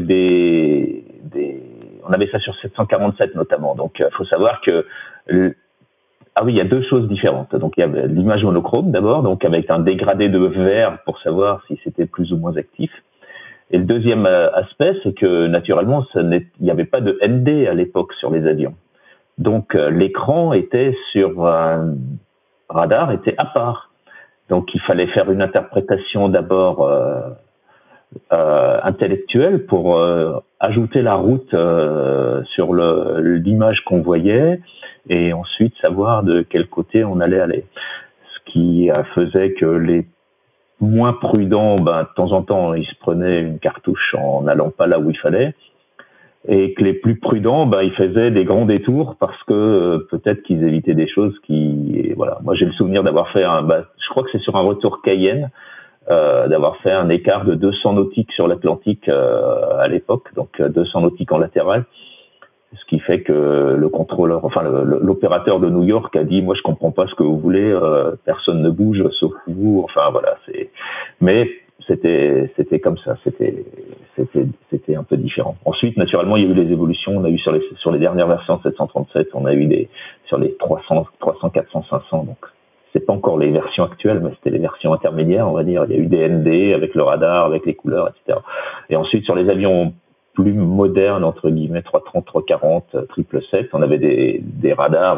on avait ça sur 747 notamment. Donc faut savoir que il y a deux choses différentes. Donc il y avait l'image monochrome d'abord, donc avec un dégradé de vert pour savoir si c'était plus ou moins actif. Et le deuxième aspect, c'est que naturellement, il n'y avait pas de ND à l'époque sur les avions. Donc l'écran était sur un radar, était à part. Donc il fallait faire une interprétation d'abord intellectuelle pour ajouter la route sur l'image qu'on voyait et ensuite savoir de quel côté on allait aller. Ce qui faisait que les moins prudents, de temps en temps, ils se prenaient une cartouche en n'allant pas là où il fallait. Et que les plus prudents, ils faisaient des grands détours parce que peut-être qu'ils évitaient des choses voilà. Moi, j'ai le souvenir d'avoir fait je crois que c'est sur un retour Cayenne, d'avoir fait un écart de 200 nautiques sur l'Atlantique à l'époque, donc 200 nautiques en latéral. Ce qui fait que le contrôleur, enfin l'opérateur de New York a dit, moi je comprends pas ce que vous voulez, personne ne bouge sauf vous. Enfin voilà, mais c'était comme ça, c'était un peu différent. Ensuite, naturellement, il y a eu les évolutions. On a eu sur les dernières versions 737, on a eu sur les 300, 400, 500. Donc c'est pas encore les versions actuelles, mais c'était les versions intermédiaires, on va dire. Il y a eu des ND avec le radar, avec les couleurs, etc. Et ensuite sur les avions plus moderne, entre guillemets, 330, 340, 777. On avait des radars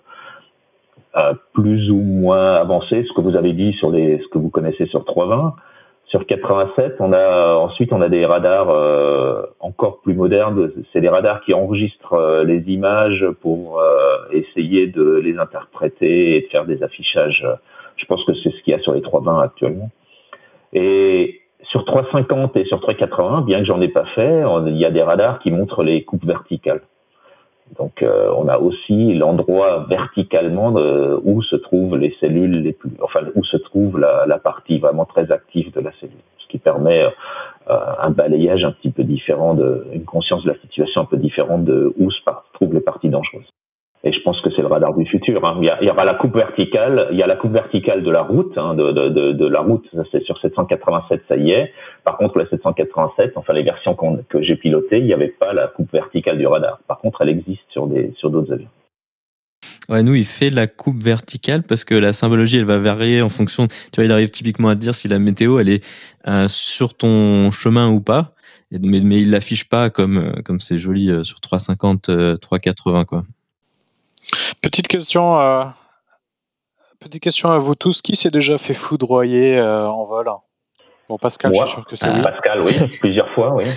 plus ou moins avancés, ce que vous avez dit ce que vous connaissez sur 320. Sur 87, on a des radars encore plus modernes. C'est des radars qui enregistrent les images pour essayer de les interpréter et de faire des affichages. Je pense que c'est ce qu'il y a sur les 320 actuellement. Et sur 350 et sur 380, bien que j'en ai pas fait, il y a des radars qui montrent les coupes verticales. Donc on a aussi l'endroit verticalement où se trouvent les cellules où se trouve la partie vraiment très active de la cellule, ce qui permet un balayage un petit peu différent, une conscience de la situation un peu différente de où se trouvent les parties dangereuses. Et je pense que c'est le radar du futur. Hein. Il y aura la coupe verticale, il y a la coupe verticale de la route, de la route, ça, c'est sur 787, ça y est. Par contre, la 787, enfin les versions que j'ai pilotées, il n'y avait pas la coupe verticale du radar. Par contre, elle existe sur d'autres avions. Ouais, nous, il fait la coupe verticale parce que la symbologie, elle va varier en fonction. Tu vois, il arrive typiquement à te dire si la météo, elle est sur ton chemin ou pas. Mais il l'affiche pas comme c'est joli sur 350, 380, quoi. Petite question à vous tous. Qui s'est déjà fait foudroyer en vol? Bon, Pascal, Moi, je suis sûr que c'est oui. Pascal, oui, plusieurs fois, oui.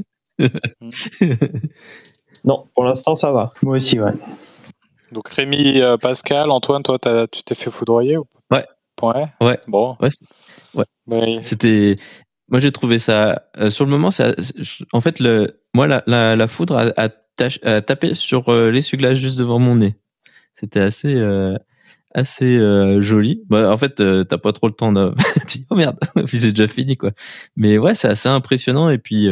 Non, pour l'instant, ça va. Moi aussi, ouais. Donc Rémi, Pascal, Antoine, toi, tu t'es fait foudroyer ou pas? Ouais. Bon. Ouais. Oui. C'était. Moi, j'ai trouvé ça. Sur le moment, en fait, la foudre a tapé sur l'essuie-glace juste devant mon nez. C'était assez joli. Bah, en fait, t'as pas trop le temps de. Tu dis, oh merde, puis c'est déjà fini, quoi. Mais ouais, c'est assez impressionnant. Et puis,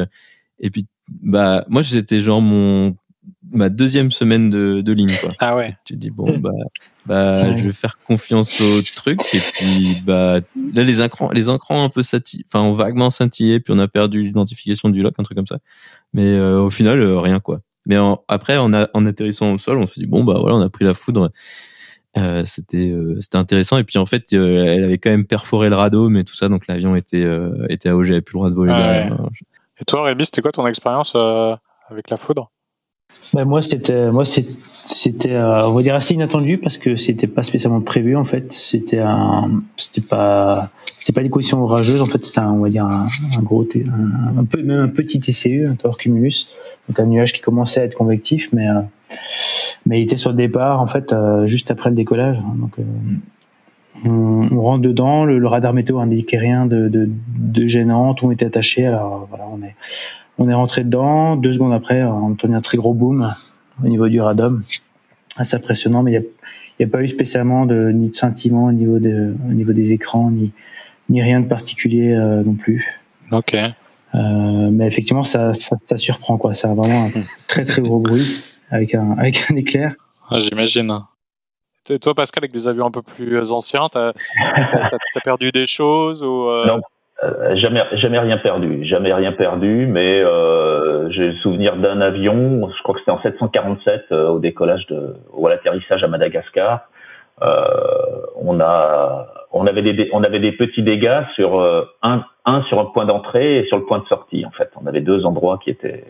bah, moi, c'était genre ma deuxième semaine de ligne, quoi. Ah ouais. Et tu te dis, bon, je vais faire confiance au truc. Et puis, bah, là, les écrans un peu ont vaguement scintillé, puis on a perdu l'identification du lock, un truc comme ça. Mais au final, rien, quoi. Mais après, en atterrissant au sol, on s'est dit, bon, bah voilà, on a pris la foudre. C'était intéressant. Et puis, en fait, elle avait quand même perforé le radeau, mais tout ça, donc l'avion était AOG, j'avais plus le droit de voler derrière. Ouais. Et toi, Rémi, c'était quoi ton expérience avec la foudre? Moi, c'était, on va dire assez inattendu parce que c'était pas spécialement prévu en fait. C'était pas des conditions orageuses en fait. C'était on va dire un petit TCU, un Tower Cumulus, donc un nuage qui commençait à être convectif, mais il était sur le départ en fait juste après le décollage. Donc on rentre dedans, le radar météo indiquait rien de gênant, tout était attaché. Alors voilà, on est rentré dedans. 2 secondes après, on a entendu un très gros boom au niveau du radome. Assez impressionnant, mais il n'y a pas eu spécialement ni de scintillement au niveau des écrans, ni rien de particulier non plus. Ok. Mais effectivement, ça surprend, quoi. Ça a vraiment un très très gros bruit avec un éclair. Ah, j'imagine. Et toi, Pascal, avec des avions un peu plus anciens, t'as perdu des choses ou Non. Jamais rien perdu, mais j'ai le souvenir d'un avion, je crois que c'était en 747 au décollage ou à l'atterrissage à Madagascar. On avait des petits dégâts sur un sur un point d'entrée et sur le point de sortie. En fait, on avait 2 endroits qui étaient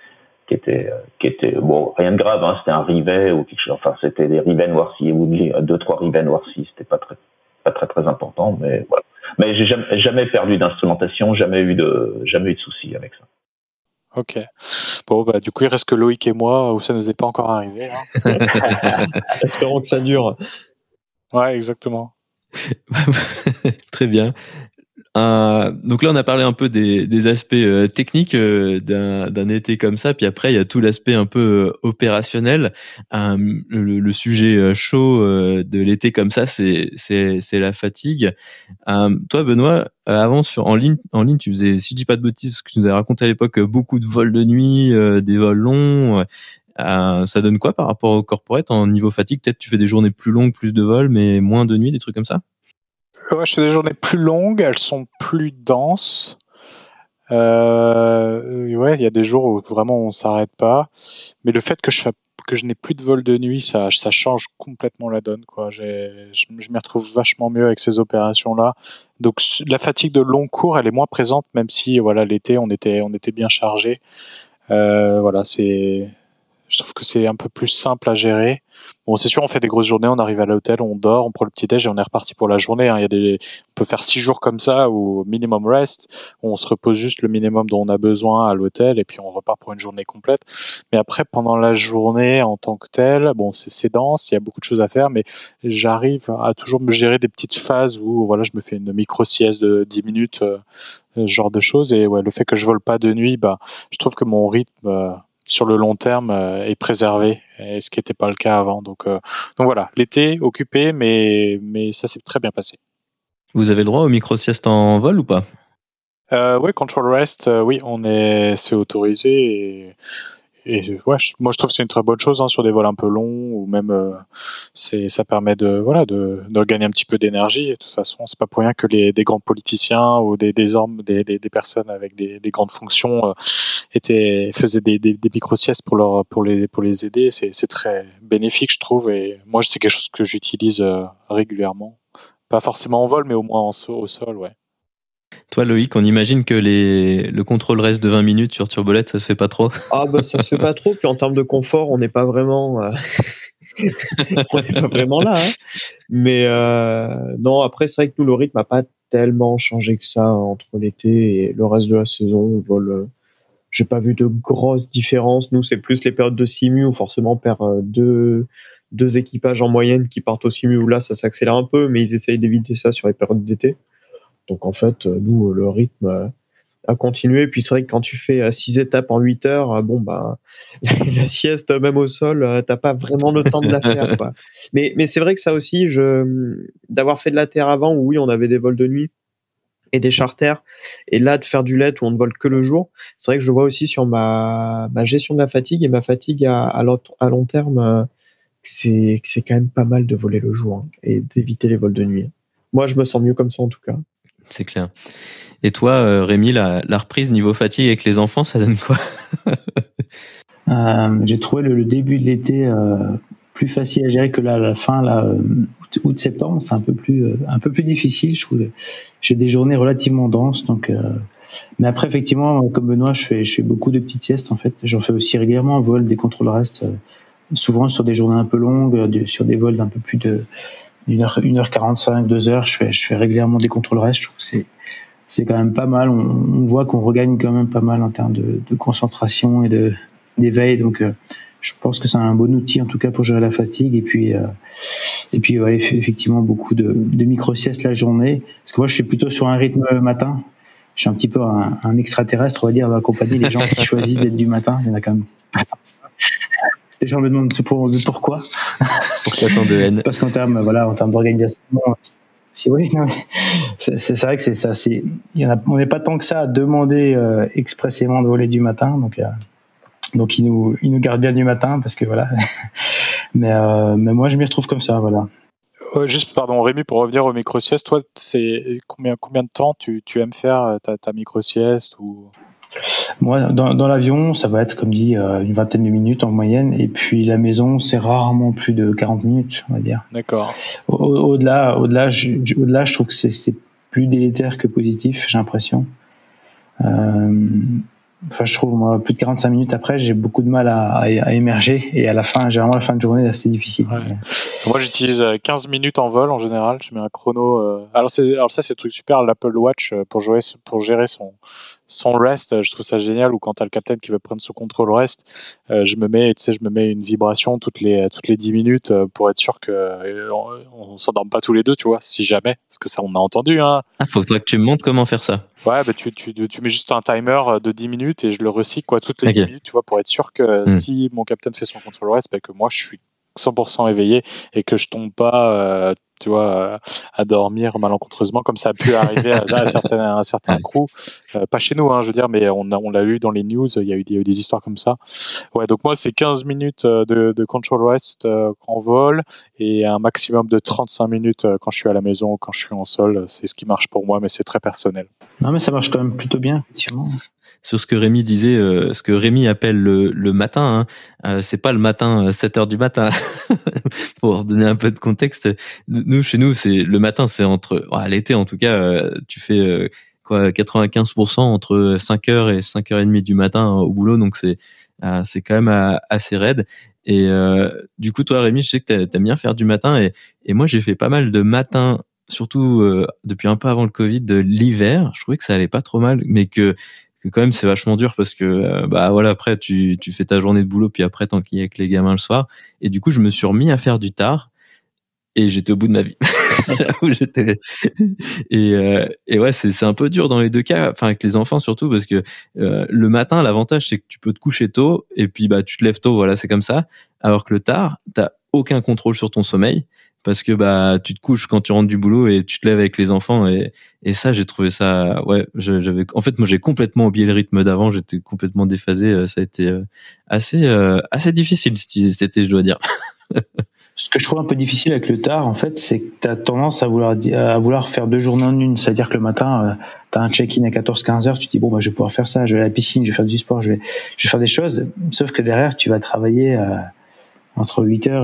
bon, rien de grave, hein, c'était un rivet ou quelque chose. Enfin, c'était des rivets noircis ou 2-3 rivets noircis. C'était pas très important, mais voilà. Mais j'ai jamais perdu d'instrumentation, jamais eu de soucis avec ça. Ok. Bon, bah, du coup, il reste que Loïc et moi où ça nous est pas encore arrivé. Hein. Espérons que ça dure. Ouais, exactement. Très bien. Donc là, on a parlé un peu des aspects techniques d'un été comme ça, puis après, il y a tout l'aspect un peu opérationnel. Le sujet chaud de l'été comme ça, c'est la fatigue. Toi, Benoît, avant en ligne, tu faisais, si je dis pas de bêtises, ce que tu nous avais raconté à l'époque, beaucoup de vols de nuit, des vols longs. Ça donne quoi par rapport au corporate en niveau fatigue? Peut-être tu fais des journées plus longues, plus de vols, mais moins de nuit, des trucs comme ça? Ouais, je fais des journées plus longues, elles sont plus denses. Ouais, il y a des jours où vraiment on s'arrête pas. Mais le fait que je n'ai plus de vol de nuit, ça change complètement la donne, quoi. Je m'y retrouve vachement mieux avec ces opérations-là. Donc la fatigue de long cours, elle est moins présente, même si voilà l'été on était bien chargé. Voilà, Je trouve que c'est un peu plus simple à gérer. Bon, c'est sûr, on fait des grosses journées, on arrive à l'hôtel, on dort, on prend le petit-déj et on est reparti pour la journée. Hein. On peut faire 6 jours comme ça, ou minimum rest, où on se repose juste le minimum dont on a besoin à l'hôtel et puis on repart pour une journée complète. Mais après, pendant la journée en tant que telle, bon, c'est dense, il y a beaucoup de choses à faire, mais j'arrive à toujours me gérer des petites phases où voilà, je me fais une micro-sieste de 10 minutes, ce genre de choses. Et ouais, le fait que je vole pas de nuit, je trouve que mon rythme sur le long terme est préservé, et ce qui n'était pas le cas avant. Donc voilà, l'été occupé, mais ça s'est très bien passé. Vous avez le droit aux micro-siestes en vol ou pas? Oui, control rest, oui, c'est autorisé. Et ouais, moi je trouve que c'est une très bonne chose, hein, sur des vols un peu longs, ou même ça permet de gagner un petit peu d'énergie. Et de toute façon, c'est pas pour rien que des grands politiciens ou des personnes avec des grandes fonctions faisaient des micro-siestes pour les aider. C'est très bénéfique, je trouve, et moi c'est quelque chose que j'utilise régulièrement. Pas forcément en vol, mais au moins au sol, ouais. Toi, Loïc, on imagine que le contrôle reste de 20 minutes sur Turbolette, ça se fait pas trop? Ah bah ça se fait pas trop, puis en termes de confort, on n'est pas vraiment on n'est pas vraiment là. Hein. Mais non, après c'est vrai que nous, le rythme n'a pas tellement changé que ça entre l'été et le reste de la saison. On vole, j'ai pas vu de grosses différences. Nous, c'est plus les périodes de simu où forcément on perd deux équipages en moyenne qui partent au simu, où là ça s'accélère un peu, mais ils essayent d'éviter ça sur les périodes d'été. Donc en fait, nous, le rythme a continué. Puis c'est vrai que quand tu fais 6 étapes en 8 heures, bon bah la sieste même au sol, t'as pas vraiment le temps de la faire, quoi. Mais c'est vrai que ça aussi, d'avoir fait de la terre avant, où oui, on avait des vols de nuit et des charters, et là de faire du let où on ne vole que le jour, c'est vrai que je vois aussi sur ma gestion de la fatigue et ma fatigue à long terme, que c'est quand même pas mal de voler le jour, hein, et d'éviter les vols de nuit. Moi, je me sens mieux comme ça en tout cas. C'est clair. Et toi, Rémi, la reprise niveau fatigue avec les enfants, ça donne quoi? J'ai trouvé le début de l'été plus facile à gérer que la fin, août-septembre. C'est un peu plus difficile, je trouve. J'ai des journées relativement denses, donc. Mais après, effectivement, comme Benoît, je fais beaucoup de petites siestes en fait. J'en fais aussi régulièrement en vol, des contrôles restes, souvent sur des journées un peu longues, sur des vols d'un peu plus de 1h45, 2h. Je fais régulièrement des contrôles restes. Je trouve que c'est quand même pas mal. On voit qu'on regagne quand même pas mal en termes de concentration et d'éveil. Donc, je pense que c'est un bon outil en tout cas pour gérer la fatigue. Et puis ouais, effectivement beaucoup de micro-siestes la journée. Parce que moi, je suis plutôt sur un rythme matin. Je suis un petit peu un extraterrestre, on va dire, d'accompagner les gens qui choisissent d'être du matin. Il y en a quand même. Les gens me demandent pourquoi. Pourquoi tant de haine? Parce qu'en termes d'organisation, oui, non, c'est vrai que c'est ça. On n'est pas tant que ça à demander expressément de voler du matin, donc ils nous gardent bien du matin parce que voilà. mais moi je m'y retrouve comme ça, voilà. Juste, pardon, Rémi, pour revenir au micro-sieste, toi, c'est combien de temps tu aimes faire ta micro-sieste ou... Moi, dans l'avion, ça va être, comme dit, une vingtaine de minutes en moyenne. Et puis, la maison, c'est rarement plus de 40 minutes, on va dire. D'accord. Au-delà, je trouve que c'est plus délétère que positif, j'ai l'impression. Je trouve, moi, plus de 45 minutes après, j'ai beaucoup de mal à émerger. Et à la fin, généralement, la fin de journée, c'est assez difficile. Ouais. Moi, j'utilise 15 minutes en vol en général. Je mets un chrono. Alors ça, c'est le truc super, l'Apple Watch, pour gérer son rest. Je trouve ça génial. Ou quand t'as le capitaine qui veut prendre son contrôle rest, je me mets une vibration toutes les 10 minutes pour être sûr que on s'endorme pas tous les deux, tu vois, si jamais. Parce que ça, on a entendu, hein. Ah, faudrait que tu me montres comment faire ça. Ouais, tu mets juste un timer de 10 minutes et je le recycle, quoi, toutes les 10 minutes, tu vois, pour être sûr que si mon capitaine fait son control rest, que moi, je suis 100% éveillé et que je tombe pas, tu vois, à dormir malencontreusement, comme ça a pu arriver à certains crews. Pas chez nous, hein, je veux dire, mais on l'a lu dans les news, il y a eu des histoires comme ça. Ouais, donc moi, c'est 15 minutes de control rest en vol et un maximum de 35 minutes quand je suis à la maison ou quand je suis en sol. C'est ce qui marche pour moi, mais c'est très personnel. Non, mais ça marche quand même plutôt bien, effectivement. Sur ce que Rémi disait, ce que Rémi appelle le matin, hein, c'est pas le matin, 7h du matin. Pour donner un peu de contexte, nous, chez nous, c'est le matin, c'est à l'été en tout cas, tu fais 95% entre 5h et 5h30 du matin au boulot, donc c'est c'est quand même assez raide. Et du coup, toi, Rémi, je sais que t'aimes bien faire du matin, et moi, j'ai fait pas mal de matins, surtout depuis un peu avant le Covid, de l'hiver. Je trouvais que ça allait pas trop mal, mais que quand même c'est vachement dur parce que bah voilà, après tu fais ta journée de boulot, puis après t'enquilles avec les gamins le soir. Et du coup, je me suis remis à faire du tard. Et j'étais au bout de ma vie. Où j'étais. Et ouais, c'est un peu dur dans les deux cas, enfin avec les enfants surtout, parce que le matin, l'avantage c'est que tu peux te coucher tôt et puis bah tu te lèves tôt, voilà, c'est comme ça. Alors que le tard, t'as aucun contrôle sur ton sommeil parce que bah tu te couches quand tu rentres du boulot et tu te lèves avec les enfants, et ça j'ai trouvé ça, ouais, en fait moi j'ai complètement oublié le rythme d'avant, j'étais complètement déphasé, ça a été assez difficile cet été, je dois dire. Ce que je trouve un peu difficile avec le tard, en fait, c'est que tu as tendance à vouloir faire 2 journées en une. C'est-à-dire que le matin, tu as un check-in à 14-15 heures, tu te dis, bon, bah, je vais pouvoir faire ça, je vais à la piscine, je vais faire du sport, je vais faire des choses. Sauf que derrière, tu vas travailler entre 8 heures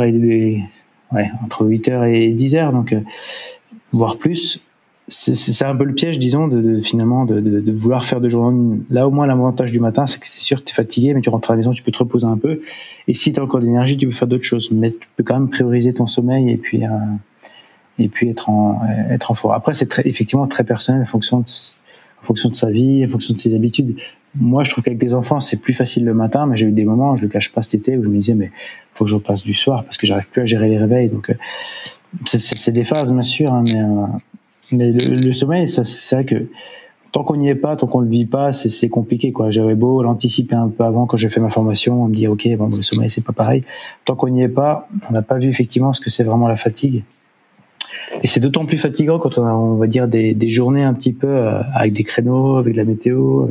entre 8 heures et 10 heures, donc, voire plus. C'est un peu le piège, disons, finalement, de vouloir faire 2 journées en une. Là, au moins, l'avantage du matin, c'est que c'est sûr que tu es fatigué, mais tu rentres à la maison, tu peux te reposer un peu. Et si tu as encore d'énergie, tu peux faire d'autres choses. Mais tu peux quand même prioriser ton sommeil et puis être en forme. Après, c'est effectivement très personnel en fonction de sa vie, en fonction de ses habitudes. Moi, je trouve qu'avec des enfants, c'est plus facile le matin, mais j'ai eu des moments, je le cache pas, cet été, où je me disais, mais faut que je repasse du soir parce que j'arrive plus à gérer les réveils. Donc, c'est des phases, bien sûr, hein, mais le sommeil, ça, c'est vrai que tant qu'on n'y est pas, tant qu'on le vit pas, c'est compliqué, quoi. J'avais beau l'anticiper un peu avant quand j'ai fait ma formation, on me dit, ok, bon, le sommeil, c'est pas pareil. Tant qu'on n'y est pas, on n'a pas vu effectivement ce que c'est vraiment la fatigue. Et c'est d'autant plus fatigant quand on va dire, des journées un petit peu avec des créneaux, avec de la météo,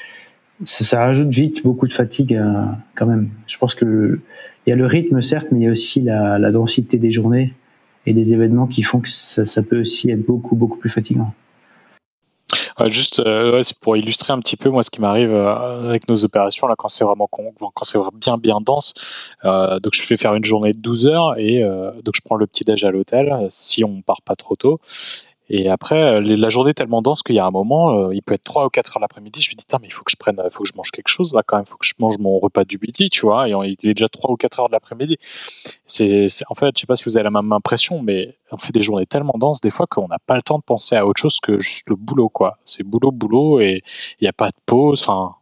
ça rajoute vite beaucoup de fatigue quand même. Je pense que il y a le rythme, certes, mais il y a aussi la densité des journées et des événements qui font que ça peut aussi être beaucoup, beaucoup plus fatigant. Ouais, juste c'est pour illustrer un petit peu moi ce qui m'arrive avec nos opérations là quand c'est vraiment quand c'est bien dense. Donc je fais faire une journée de 12 heures et donc je prends le petit déj à l'hôtel si on part pas trop tôt. Et après, la journée est tellement dense qu'il y a un moment, il peut être 3 ou 4 heures l'après-midi, je me dis, mais il faut que je mange quelque chose, là, quand même, il faut que je mange mon repas du midi, tu vois, et il est déjà 3 ou 4 heures de l'après-midi. En fait, je sais pas si vous avez la même impression, mais on fait des journées tellement denses, des fois, qu'on n'a pas le temps de penser à autre chose que juste le boulot, quoi. C'est boulot, et il n'y a pas de pause, faut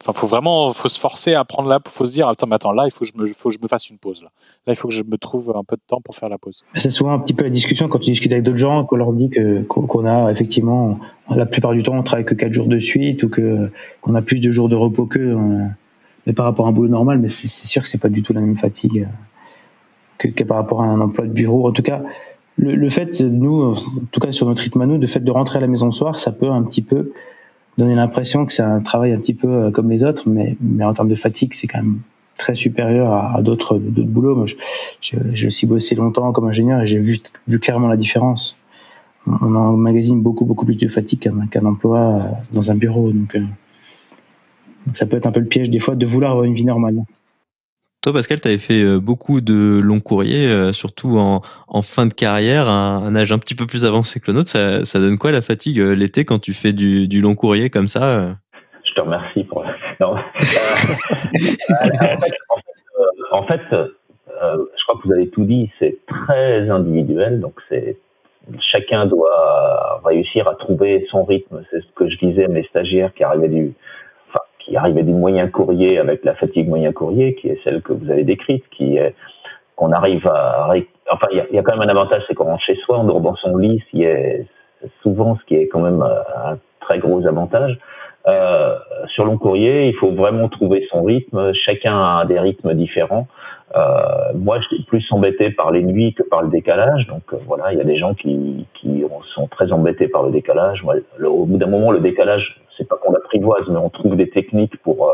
se forcer à prendre faut se dire, attends, là, il faut que je me fasse une pause, là. Là, il faut que je me trouve un peu de temps pour faire la pause. C'est souvent un petit peu la discussion quand tu discutes avec d'autres gens, qu'on leur dit qu'on a effectivement, la plupart du temps, on travaille que 4 jours de suite ou qu'on a plus de jours de repos mais par rapport à un boulot normal, mais c'est sûr que c'est pas du tout la même fatigue que par rapport à un emploi de bureau. En tout cas, le fait, nous, en tout cas sur notre rythme à nous, le fait de rentrer à la maison le soir, ça peut un petit peu donner l'impression que c'est un travail un petit peu comme les autres, mais en termes de fatigue, c'est quand même très supérieur à d'autres boulots. Moi, j'ai aussi bossé longtemps comme ingénieur et j'ai vu clairement la différence. On emmagasine beaucoup plus de fatigue qu'un emploi dans un bureau. Donc ça peut être un peu le piège des fois de vouloir avoir une vie normale. Toi, Pascal, tu avais fait beaucoup de longs courriers, surtout en fin de carrière, un âge un petit peu plus avancé que le nôtre. Ça donne quoi la fatigue l'été quand tu fais du long courrier comme ça Je te remercie pour non. En fait, je crois que vous avez tout dit, c'est très individuel, donc chacun doit réussir à trouver son rythme. C'est ce que je disais à mes stagiaires qui arrivaient du moyen courrier avec la fatigue moyen courrier, qui est celle que vous avez décrite, qui est qu'on arrive enfin, il y a quand même un avantage, c'est qu'on rentre chez soi, on dort dans son lit, souvent ce qui est quand même un très gros avantage. Sur long courrier, il faut vraiment trouver son rythme. Chacun a des rythmes différents. Moi, je suis plus embêté par les nuits que par le décalage. Donc voilà, il y a des gens qui sont très embêtés par le décalage. Moi, au bout d'un moment, le décalage, c'est pas qu'on l'apprivoise, mais on trouve des techniques pour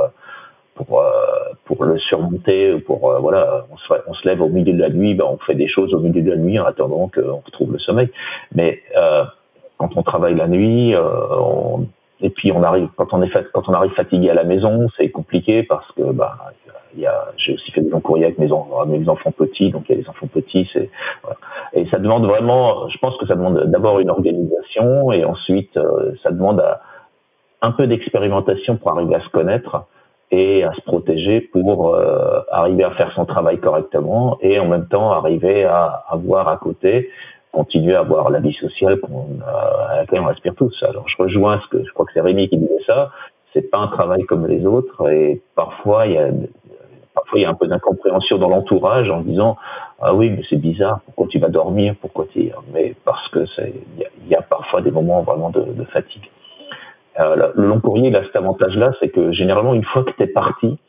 le surmonter. On se lève au milieu de la nuit, on fait des choses au milieu de la nuit en attendant qu'on retrouve le sommeil. Mais quand on travaille la nuit, et puis quand on arrive fatigué à la maison, c'est compliqué parce que j'ai aussi fait des longs courriers avec mes enfants petits, donc il y a des enfants petits, voilà. Et ça demande vraiment, je pense que ça demande d'abord une organisation et ensuite ça demande un peu d'expérimentation pour arriver à se connaître. et à se protéger pour arriver à faire son travail correctement et en même temps arriver à avoir à côté, continuer à avoir la vie sociale à laquelle on aspire tous. Alors je rejoins je crois que c'est Rémi qui disait ça, c'est pas un travail comme les autres et parfois il y a un peu d'incompréhension dans l'entourage en disant ah oui mais c'est bizarre, pourquoi tu vas dormir, mais parce que il y a parfois des moments vraiment de fatigue. Le long courrier il a cet avantage là, c'est que généralement une fois que t'es parti,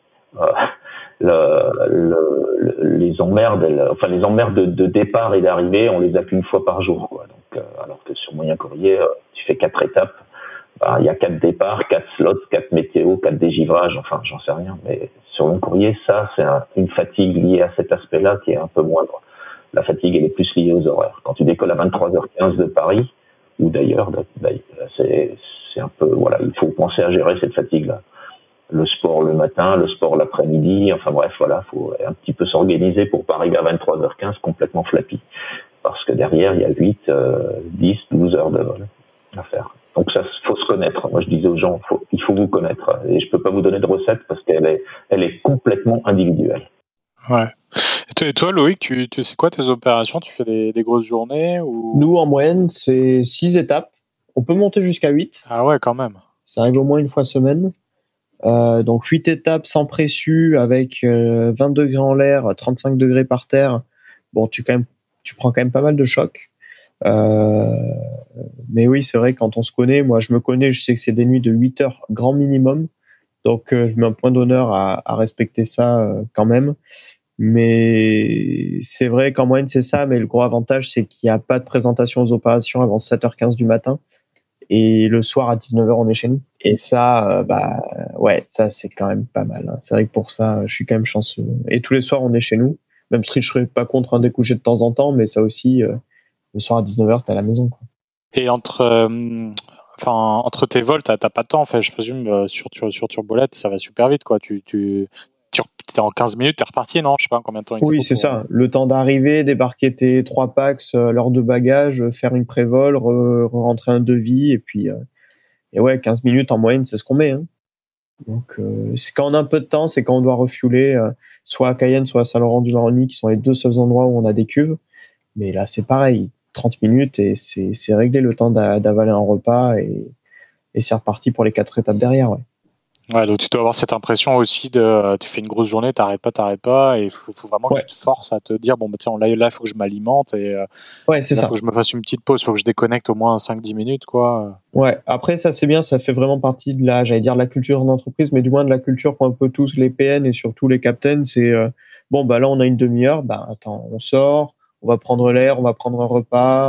les emmerdes de départ et d'arrivée on les a qu'une fois par jour quoi. Donc alors que sur moyen courrier tu fais 4 étapes. Il y a 4 départs, 4 slots, 4 météos, 4 dégivrages, enfin, j'en sais rien. Mais sur long courrier, ça, c'est une fatigue liée à cet aspect-là qui est un peu moindre. La fatigue, elle est plus liée aux horaires. Quand tu décolles à 23h15 de Paris, ou d'ailleurs, c'est un peu, voilà, il faut penser à gérer cette fatigue-là. Le sport le matin, le sport l'après-midi, enfin bref, voilà, faut un petit peu s'organiser pour pas arriver à 23h15 complètement flappy. Parce que derrière, il y a 8, 10, 12 heures de vol à faire. Donc ça, faut se connaître. Moi, je disais aux gens, il faut vous connaître. Et je peux pas vous donner de recette parce qu'elle est complètement individuelle. Ouais. Et toi, Loïc, tu sais quoi tes opérations? Tu fais des grosses journées ou... Nous, en moyenne, c'est 6 étapes. On peut monter jusqu'à 8. Ah ouais, quand même. Ça arrive au moins une fois semaine. Donc 8 étapes sans pressu avec 20 degrés en l'air, 35 degrés par terre. Bon, tu prends quand même pas mal de chocs. Mais oui, c'est vrai, quand on se connaît, moi je me connais, je sais que c'est des nuits de 8 heures grand minimum. Donc je mets un point d'honneur à respecter ça quand même. Mais c'est vrai qu'en moyenne c'est ça, mais le gros avantage c'est qu'il n'y a pas de présentation aux opérations avant 7h15 du matin. Et le soir à 19h on est chez nous. Et ça, ouais, ça c'est quand même pas mal. Hein. C'est vrai que pour ça, je suis quand même chanceux. Et tous les soirs on est chez nous. Même si je serais pas contre un découcher de temps en temps, mais ça aussi, le soir à 19h t'es à la maison, quoi. Et entre tes vols, t'as pas de temps, en fait, je présume, sur Turbolette, ça va super vite, quoi. T'es en 15 minutes, t'es reparti, non? Je sais pas combien de temps il faut. Oui, c'est ça. Le temps d'arriver, débarquer tes 3 packs, lors de bagages, faire une pré-vol, rentrer un devis, et puis, et ouais, 15 minutes en moyenne, c'est ce qu'on met, hein. Donc, c'est quand on a un peu de temps, c'est quand on doit refueler, soit à Cayenne, soit à Saint-Laurent-du-Maroni, qui sont les 2 seuls endroits où on a des cuves. Mais là, c'est pareil. 30 minutes et c'est réglé le temps d'avaler un repas et c'est reparti pour les 4 étapes derrière. Ouais, donc tu dois avoir cette impression aussi tu fais une grosse journée, t'arrêtes pas et il faut vraiment que tu te forces à te dire bon bah tiens là il faut que je m'alimente et c'est ça. Faut que je me fasse une petite pause, faut que je déconnecte au moins 5-10 minutes quoi. Ouais, après ça c'est bien, ça fait vraiment partie de la culture d'entreprise, mais du moins de la culture qu'ont un peu tous les PN et surtout les captains, c'est bon bah là on a une demi-heure, bah attends, on sort, on va prendre l'air, on va prendre un repas,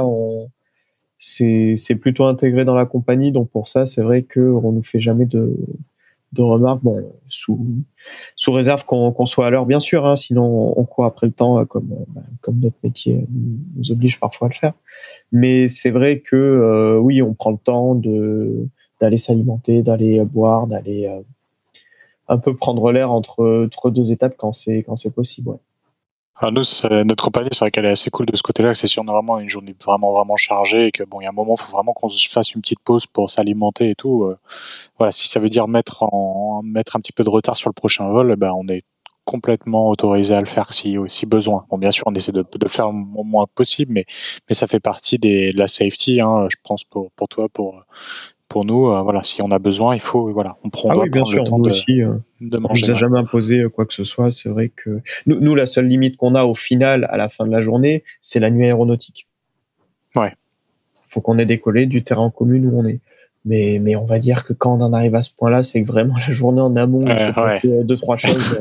c'est plutôt intégré dans la compagnie, donc pour ça c'est vrai que on nous fait jamais de remarques, bon sous réserve qu'on soit à l'heure bien sûr, hein, sinon on court après le temps comme notre métier nous oblige parfois à le faire. Mais c'est vrai que oui, on prend le temps d'aller s'alimenter, d'aller boire, d'aller un peu prendre l'air entre 2 étapes quand c'est possible. Ouais. Alors nous, notre compagnie, c'est vrai qu'elle est assez cool de ce côté-là, c'est si on a vraiment une journée vraiment chargée et que bon, il y a un moment, il faut vraiment qu'on se fasse une petite pause pour s'alimenter et tout. Voilà, si ça veut dire mettre un petit peu de retard sur le prochain vol, ben on est complètement autorisé à le faire si besoin. Bon, bien sûr, on essaie de faire au moins possible, mais ça fait partie de la safety, hein, je pense pour toi, pour nous, voilà, si on a besoin, il faut, voilà, on doit oui, bien prendre sûr, le temps nous aussi, de on manger. nous a jamais imposé quoi que ce soit. C'est vrai que nous, la seule limite qu'on a au final, à la fin de la journée, c'est la nuit aéronautique. Ouais. Faut qu'on ait décollé du terrain commun où on est. Mais on va dire que quand on en arrive à ce point-là, c'est que vraiment la journée en amont, il s'est passé 2-3 choses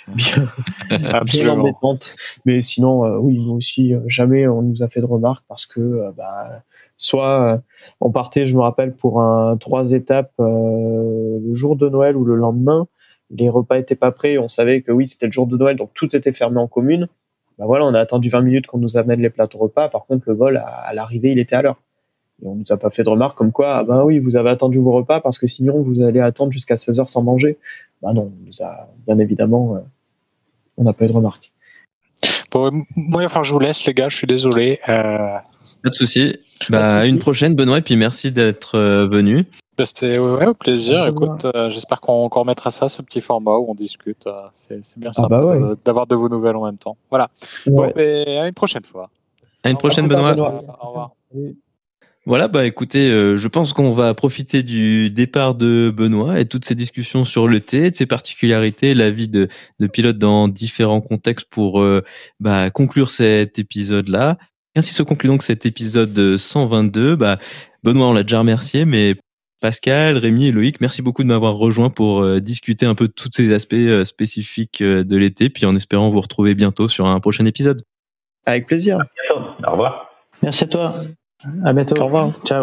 bien embêtantes. Mais sinon, oui, nous aussi, jamais on nous a fait de remarques parce que soit on partait, je me rappelle, pour 3 étapes le jour de Noël ou le lendemain, les repas étaient pas prêts, on savait que oui, c'était le jour de Noël, donc tout était fermé en commune. Bah voilà, on a attendu 20 minutes qu'on nous amène les plateaux repas. Par contre, le vol, à l'arrivée, il était à l'heure. Et on nous a pas fait de remarques comme quoi, oui, vous avez attendu vos repas parce que sinon vous allez attendre jusqu'à 16h sans manger. Non, on nous a, bien évidemment, on n'a pas eu de remarques. Bon, moi, enfin, je vous laisse, les gars, je suis désolé. Pas de souci. Une prochaine, Benoît, et puis merci d'être venu. C'était au plaisir. Écoute, j'espère qu'on remettra ça, ce petit format où on discute. C'est bien sympa d'avoir de vos nouvelles en même temps. Voilà. Ouais. Bon, et à une prochaine fois. À une prochaine, Benoît. Au revoir. Voilà, écoutez, je pense qu'on va profiter du départ de Benoît et toutes ces discussions sur le thé, de ses particularités, la vie de pilote dans différents contextes pour conclure cet épisode-là. Ainsi se conclut donc cet épisode 122. Benoît, on l'a déjà remercié, mais Pascal, Rémi et Loïc, merci beaucoup de m'avoir rejoint pour discuter un peu de tous ces aspects spécifiques de l'été, puis en espérant vous retrouver bientôt sur un prochain épisode. Avec plaisir. Au revoir. Merci à toi. À bientôt. Au revoir. Ciao.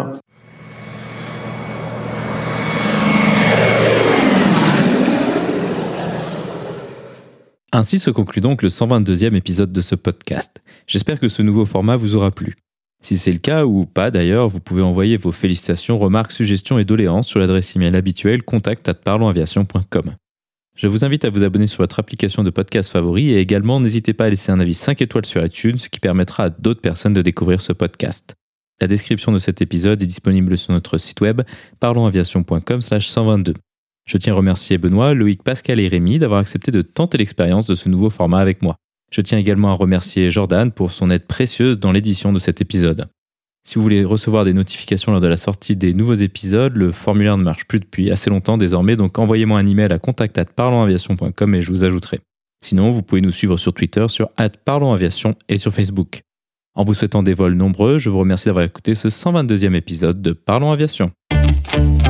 Ainsi se conclut donc le 122e épisode de ce podcast. J'espère que ce nouveau format vous aura plu. Si c'est le cas ou pas d'ailleurs, vous pouvez envoyer vos félicitations, remarques, suggestions et doléances sur l'adresse email habituelle contact@parlonsaviation.com. Je vous invite à vous abonner sur votre application de podcast favori et également n'hésitez pas à laisser un avis 5 étoiles sur iTunes, ce qui permettra à d'autres personnes de découvrir ce podcast. La description de cet épisode est disponible sur notre site web parlonsaviation.com/122. Je tiens à remercier Benoît, Loïc, Pascal et Rémi d'avoir accepté de tenter l'expérience de ce nouveau format avec moi. Je tiens également à remercier Jordan pour son aide précieuse dans l'édition de cet épisode. Si vous voulez recevoir des notifications lors de la sortie des nouveaux épisodes, le formulaire ne marche plus depuis assez longtemps désormais, donc envoyez-moi un email à contact@parlonsaviation.com et je vous ajouterai. Sinon, vous pouvez nous suivre sur Twitter sur @parlonsaviation et sur Facebook. En vous souhaitant des vols nombreux, je vous remercie d'avoir écouté ce 122e épisode de Parlons Aviation.